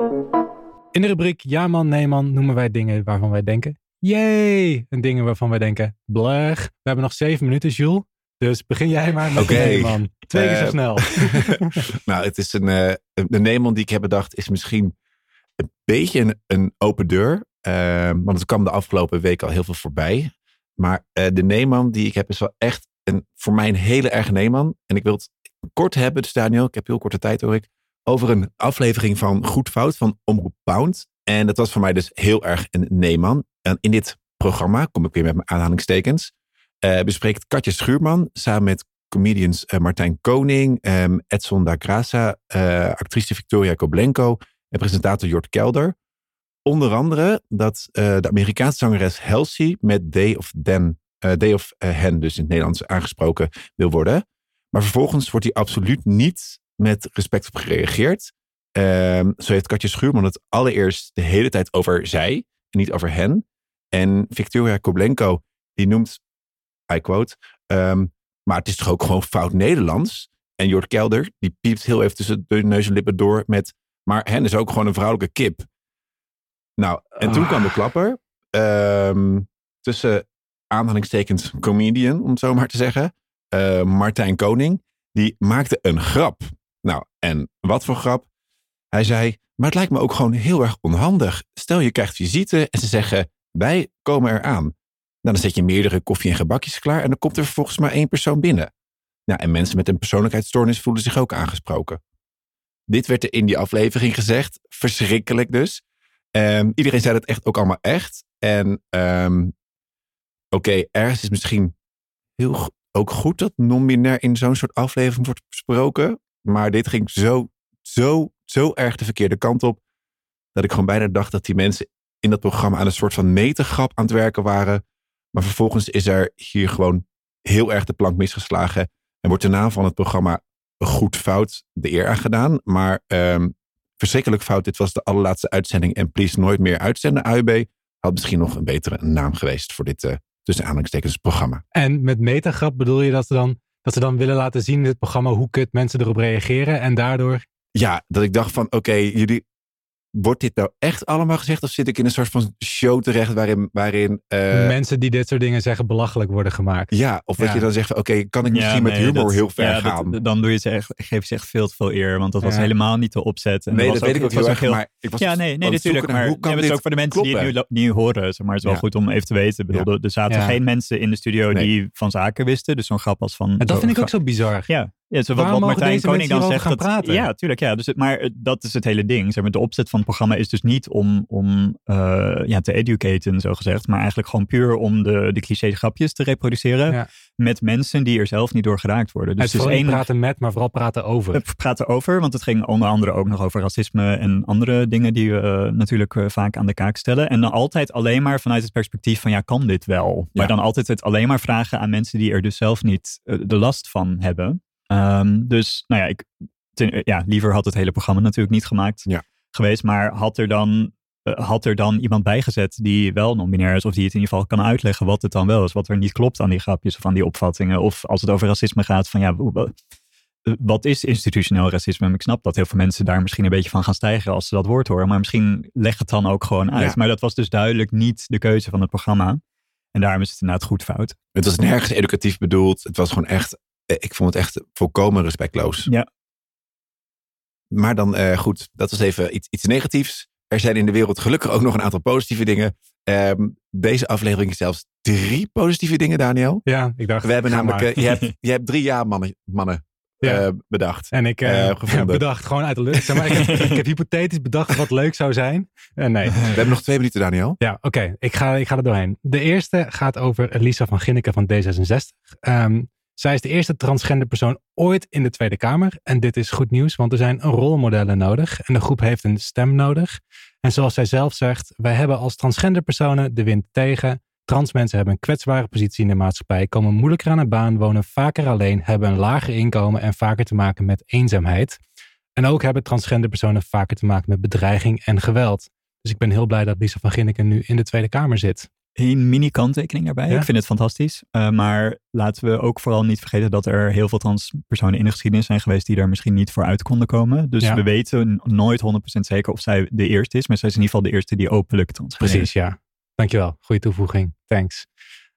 In de rubriek Ja man, nee man noemen wij dingen waarvan wij denken yay! En dingen waarvan wij denken bleg. We hebben nog zeven minuten, Jules. Dus begin jij maar met Oké. nee man. Twee keer zo Uh, snel. Nou, het is een, uh, de Neeman die ik heb bedacht is misschien een beetje een, een open deur. Uh, want het kwam de afgelopen week al heel veel voorbij. Maar uh, de Neeman die ik heb is wel echt een, voor mij een hele erge Neeman. En ik wil het kort hebben, dus Daniel, ik heb heel korte tijd hoor ik, over een aflevering van Goed Fout van Omroep Pound. En dat was voor mij dus heel erg een Neeman. En in dit programma, kom ik weer met mijn aanhalingstekens, uh, bespreekt Katja Schuurman samen met comedians uh, Martijn Koning, um, Edson da Graça, uh, actrice Victoria Koblenko en presentator Jort Kelder. Onder andere dat uh, de Amerikaanse zangeres Halsey met Day of, Den, uh, Day of uh, Hen, dus in het Nederlands aangesproken wil worden. Maar vervolgens wordt hij absoluut niet met respect op gereageerd. Um, zo heeft Katja Schuurman het allereerst de hele tijd over zij en niet over hen. En Victoria Koblenko die noemt, I quote, um, maar het is toch ook gewoon fout Nederlands? En Jort Kelder, die piept heel even tussen de neus en lippen door met, maar hen is ook gewoon een vrouwelijke kip. Nou, en toen Ah. kwam de klapper. Um, tussen aanhalingstekens comedian, om het zo maar te zeggen. Uh, Martijn Koning, die maakte een grap. Nou, en wat voor grap? Hij zei, maar het lijkt me ook gewoon heel erg onhandig. Stel je krijgt visite en ze zeggen, wij komen eraan. Nou, dan zet je meerdere koffie en gebakjes klaar en dan komt er vervolgens maar één persoon binnen. Nou, en mensen met een persoonlijkheidsstoornis voelen zich ook aangesproken. Dit werd er in die aflevering gezegd. Verschrikkelijk dus. Um, iedereen zei dat echt ook allemaal echt. En um, oké, okay, ergens is misschien heel go- ook goed dat non-binair in zo'n soort aflevering wordt besproken. Maar dit ging zo, zo, zo erg de verkeerde kant op. Dat ik gewoon bijna dacht dat die mensen in dat programma aan een soort van metagrap aan het werken waren. Maar vervolgens is er hier gewoon heel erg de plank misgeslagen. En wordt de naam van het programma Goed Fout de eer aangedaan. Maar um, verschrikkelijk fout. Dit was de allerlaatste uitzending. En please nooit meer uitzenden. A U B had misschien nog een betere naam geweest voor dit uh, tussen aanhalingstekens programma. En met metagrap bedoel je dat ze dan, dat ze dan willen laten zien in dit programma hoe kut mensen erop reageren en daardoor... Ja, dat ik dacht van oké, okay, jullie... Wordt dit nou echt allemaal gezegd? Of zit ik in een soort van show terecht waarin... waarin uh, mensen die dit soort dingen zeggen belachelijk worden gemaakt. Ja, of dat ja. je dan zegt van oké, okay, kan ik misschien ja, nee, met humor dat, heel ver ja, gaan? Dat, dan doe je ze echt, geef je ze echt veel te veel eer. Want dat was ja. helemaal niet de opzet. En nee, dat, dat weet ook, ik ook heel erg. Heel... Maar ik was ja, nee, nee natuurlijk. Maar hoe kan het is ook voor de mensen kloppen? die het nu, nu horen. Zeg maar het is wel ja. goed om even te weten. Bedoel, ja. Er zaten ja. geen mensen in de studio nee. die van zaken wisten. Dus zo'n grap als van... En dat vind ik ook zo bizar. Ja. Ja, zo wat, Waarom wat mogen Martijn deze Koning mensen dan hierover zegt. gaan Dat, praten? ja, tuurlijk. Ja. Dus het, maar het- dat is het hele ding. Zeg maar, de opzet van het programma is dus niet om, om uh, ja, te educaten, zo gezegd. Maar eigenlijk gewoon puur om de, de cliché grapjes te reproduceren. Ja. Met mensen die er zelf niet door geraakt worden. Dus Dus het is niet één praten met, maar vooral praten over. We praten over, want het ging onder andere ook nog over racisme en andere dingen die we uh, natuurlijk uh, vaak aan de kaak stellen. En dan altijd alleen maar vanuit het perspectief van ja, kan dit wel? Maar Ja. dan altijd het alleen maar vragen aan mensen die er dus zelf niet uh, de last van hebben. Um, dus nou ja, ik, ten, ja, liever had het hele programma natuurlijk niet gemaakt Ja. geweest. Maar had er dan... Uh, had er dan iemand bijgezet die wel non-binair is, of die het in ieder geval kan uitleggen wat het dan wel is, wat er niet klopt aan die grapjes of aan die opvattingen, of als het over racisme gaat, van ja, wat is institutioneel racisme? Ik snap dat heel veel mensen daar misschien een beetje van gaan stijgen als ze dat woord horen, maar misschien leg het dan ook gewoon uit. Ja. Maar dat was dus duidelijk niet de keuze van het programma. En daarom is het inderdaad goed fout. Het was nergens educatief bedoeld. Het was gewoon echt, ik vond het echt volkomen respectloos. Ja. Maar dan uh, goed, dat was even iets, iets negatiefs. Er zijn in de wereld gelukkig ook nog een aantal positieve dingen. Um, deze aflevering is zelfs drie positieve dingen, Daniel. Ja, ik dacht... We hebben ga namelijk, maar. uh, je, hebt, je hebt drie ja-mannen mannen, Ja. uh, bedacht. En ik uh, uh, ja, gevonden. bedacht gewoon uit de lucht. Zeg maar, ik, heb, ik heb hypothetisch bedacht wat leuk zou zijn. Uh, nee. We hebben nog twee minuten, Daniel. Ja, oké. Okay. Ik, ga, ik ga er doorheen. De eerste gaat over Lisa van Ginneken van D zesenzestig. Um, zij is de eerste transgender persoon ooit in de Tweede Kamer. En dit is goed nieuws, want er zijn rolmodellen nodig. En de groep heeft een stem nodig. En zoals zij zelf zegt, wij hebben als transgender personen de wind tegen. Trans mensen hebben een kwetsbare positie in de maatschappij, komen moeilijker aan een baan, wonen vaker alleen, hebben een lager inkomen en vaker te maken met eenzaamheid. En ook hebben transgender personen vaker te maken met bedreiging en geweld. Dus ik ben heel blij dat Lisa van Ginneken nu in de Tweede Kamer zit. Een mini kanttekening daarbij. Ja? Ik vind het fantastisch. Uh, maar laten we ook vooral niet vergeten dat er heel veel transpersonen in de geschiedenis zijn geweest die daar misschien niet voor uit konden komen. Dus ja. we weten nooit honderd procent zeker of zij de eerste is. Maar zij is in ieder geval de eerste die openlijk transgender is. Precies, ja. Dankjewel. Goeie toevoeging. Thanks.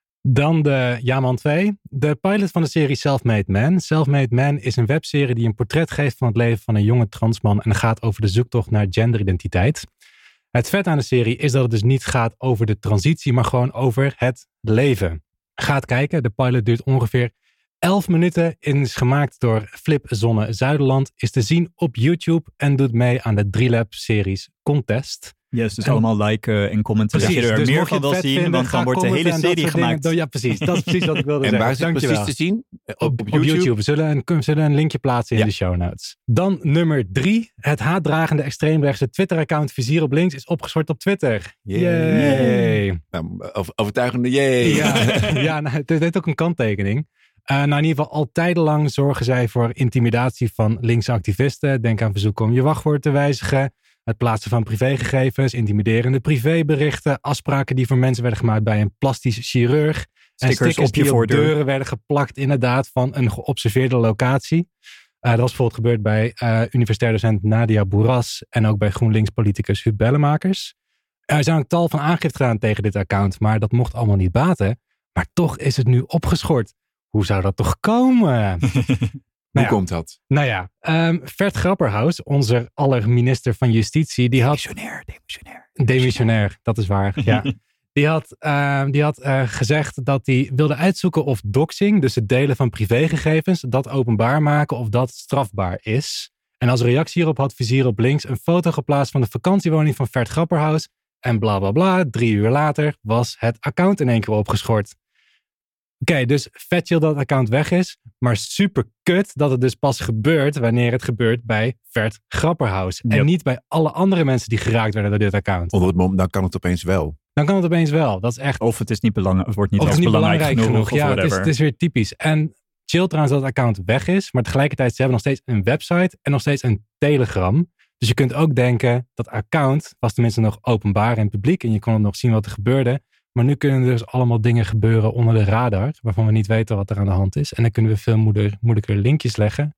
Dan de Ja-man twee. De pilot van de serie Self-Made Man. Self-Made Man is een webserie die een portret geeft van het leven van een jonge transman en gaat over de zoektocht naar genderidentiteit. Het vet aan de serie is dat het dus niet gaat over de transitie, maar gewoon over het leven. Ga het kijken. De pilot duurt ongeveer elf minuten. Is gemaakt door Flip Zonne Zuiderland. Is te zien op YouTube en doet mee aan de Drieslab series Contest. Yes, dus en, allemaal liken en commenten. Precies, dat je er dus meer mocht je van wil vet zien, vinden, want dan wordt de hele serie gemaakt. Dingen, ja, precies. Dat is precies wat ik wilde en zeggen. waar is het Dankjewel. precies te zien? Op, Op, op YouTube. YouTube. We, zullen een, we zullen een linkje plaatsen in ja. de show notes. Dan nummer drie. Het haatdragende extreemrechtse Twitter-account Vizier op Links is opgeschort op Twitter. Yay. Yay. Nou, overtuigende yay. Ja, ja nou, het heeft ook een kanttekening. Uh, nou, in ieder geval al tijdenlang zorgen zij voor intimidatie van linkse activisten. Denk aan verzoeken om je wachtwoord te wijzigen. Het plaatsen van privégegevens, intimiderende privéberichten, afspraken die voor mensen werden gemaakt bij een plastisch chirurg. Stickers, en stickers op je die voordeur. op deuren werden geplakt inderdaad van een geobserveerde locatie. Uh, dat was bijvoorbeeld gebeurd bij uh, universitair docent Nadia Boeras en ook bij GroenLinks politicus Huub Bellemakers. Er zijn een tal van aangifte gedaan tegen dit account, maar dat mocht allemaal niet baten. Maar toch is het nu opgeschort. Hoe zou dat toch komen? Hoe Nou ja, komt dat? Nou ja, um, Vert Grapperhaus, onze aller minister van Justitie, die had... Demissionair, demissionair. Demissionair, dat is waar, ja. Die had, uh, die had uh, gezegd dat hij wilde uitzoeken of doxing, dus het delen van privégegevens, dat openbaar maken of dat strafbaar is. En als reactie hierop had Vizier op Links een foto geplaatst van de vakantiewoning van Vert Grapperhaus. En bla bla bla, drie uur later was het account in één keer opgeschort. Oké, okay, dus vet chill dat het account weg is. Maar super kut dat het dus pas gebeurt wanneer het gebeurt bij Vert Grapperhaus. Yep. En niet bij alle andere mensen die geraakt werden door dit account. Onder het mom, dan kan het opeens wel. Dan kan het opeens wel. Dat is echt... Of het is niet belangrijk, het wordt niet Of als het is niet belangrijk, belangrijk genoeg, genoeg. of Ja, het is, het is weer typisch. En chill trouwens dat het account weg is. Maar tegelijkertijd, ze hebben nog steeds een website en nog steeds een Telegram. Dus je kunt ook denken, dat account was tenminste nog openbaar en publiek. En je kon nog zien wat er gebeurde. Maar nu kunnen er dus allemaal dingen gebeuren onder de radar. Waarvan we niet weten wat er aan de hand is. En dan kunnen we veel moeder, moeilijker linkjes leggen.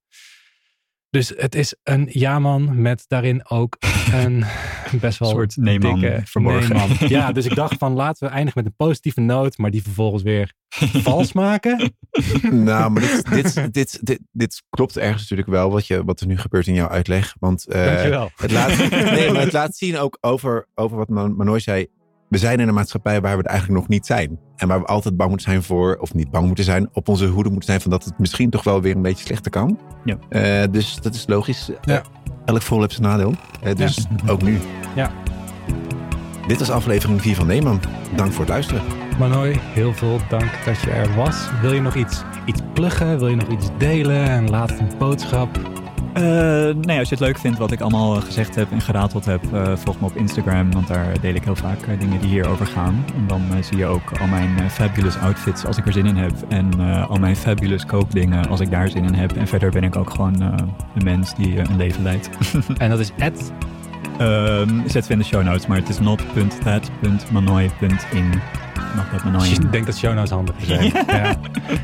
Dus het is een ja-man met daarin ook een best wel een soort nee-man dikke verborgen. nee-man. Ja, dus ik dacht van laten we eindigen met een positieve noot. Maar die vervolgens weer vals maken. Nou, maar dit, dit, dit, dit, dit klopt ergens natuurlijk wel wat, je, wat er nu gebeurt in jouw uitleg. Want uh, Dankjewel. Het laat, nee, maar het laat zien ook over, over wat Manoy zei. we zijn in een maatschappij waar we er eigenlijk nog niet zijn. En waar we altijd bang moeten zijn voor, of niet bang moeten zijn, op onze hoede moeten zijn van dat het misschien toch wel weer een beetje slechter kan. Ja. Uh, dus dat is logisch. Ja. Uh, elk vol heeft zijn nadeel. Uh, dus ja. ook nu. Ja. Dit was aflevering vier van Neeman. Dank voor het luisteren. Manoy, heel veel dank dat je er was. Wil je nog iets, iets pluggen? Wil je nog iets delen? Een laatste boodschap? Uh, nee, als je het leuk vindt wat ik allemaal gezegd heb en gerateld heb, uh, volg me op Instagram, want daar deel ik heel vaak uh, dingen die hierover gaan. En dan uh, zie je ook al mijn uh, fabulous outfits als ik er zin in heb. En uh, al mijn fabulous kookdingen als ik daar zin in heb. En verder ben ik ook gewoon uh, een mens die uh, een leven leidt. En dat is at? Um, zetten we in de show notes, maar het is not punt that punt manoy punt in. Ik denk dat show notes handig zijn. Ja.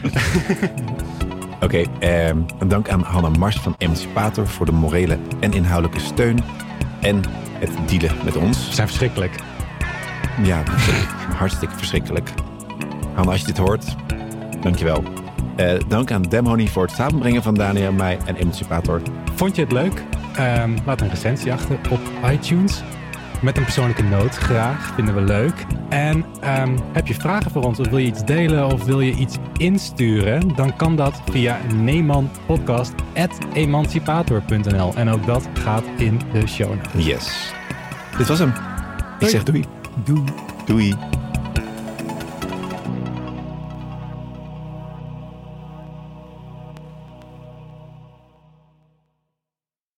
Oké, okay, eh, dank aan Hanna Mars van Emancipator voor de morele en inhoudelijke steun en het dealen met ons. We zijn verschrikkelijk. Ja, hartstikke verschrikkelijk. Hanna, als je dit hoort, dankjewel. Uh, dank aan Demhoney voor het samenbrengen van Daniel, mij en Emancipator. Vond je het leuk? Um, laat een recensie achter op iTunes. Met een persoonlijke noot, graag. Vinden we leuk. En um, heb je vragen voor ons of wil je iets delen of wil je iets insturen? Dan kan dat via neemanpodcast at emancipator punt n l. En ook dat gaat in de show notes. Yes. Dit was hem. Ik zeg doei. Doei. Doei.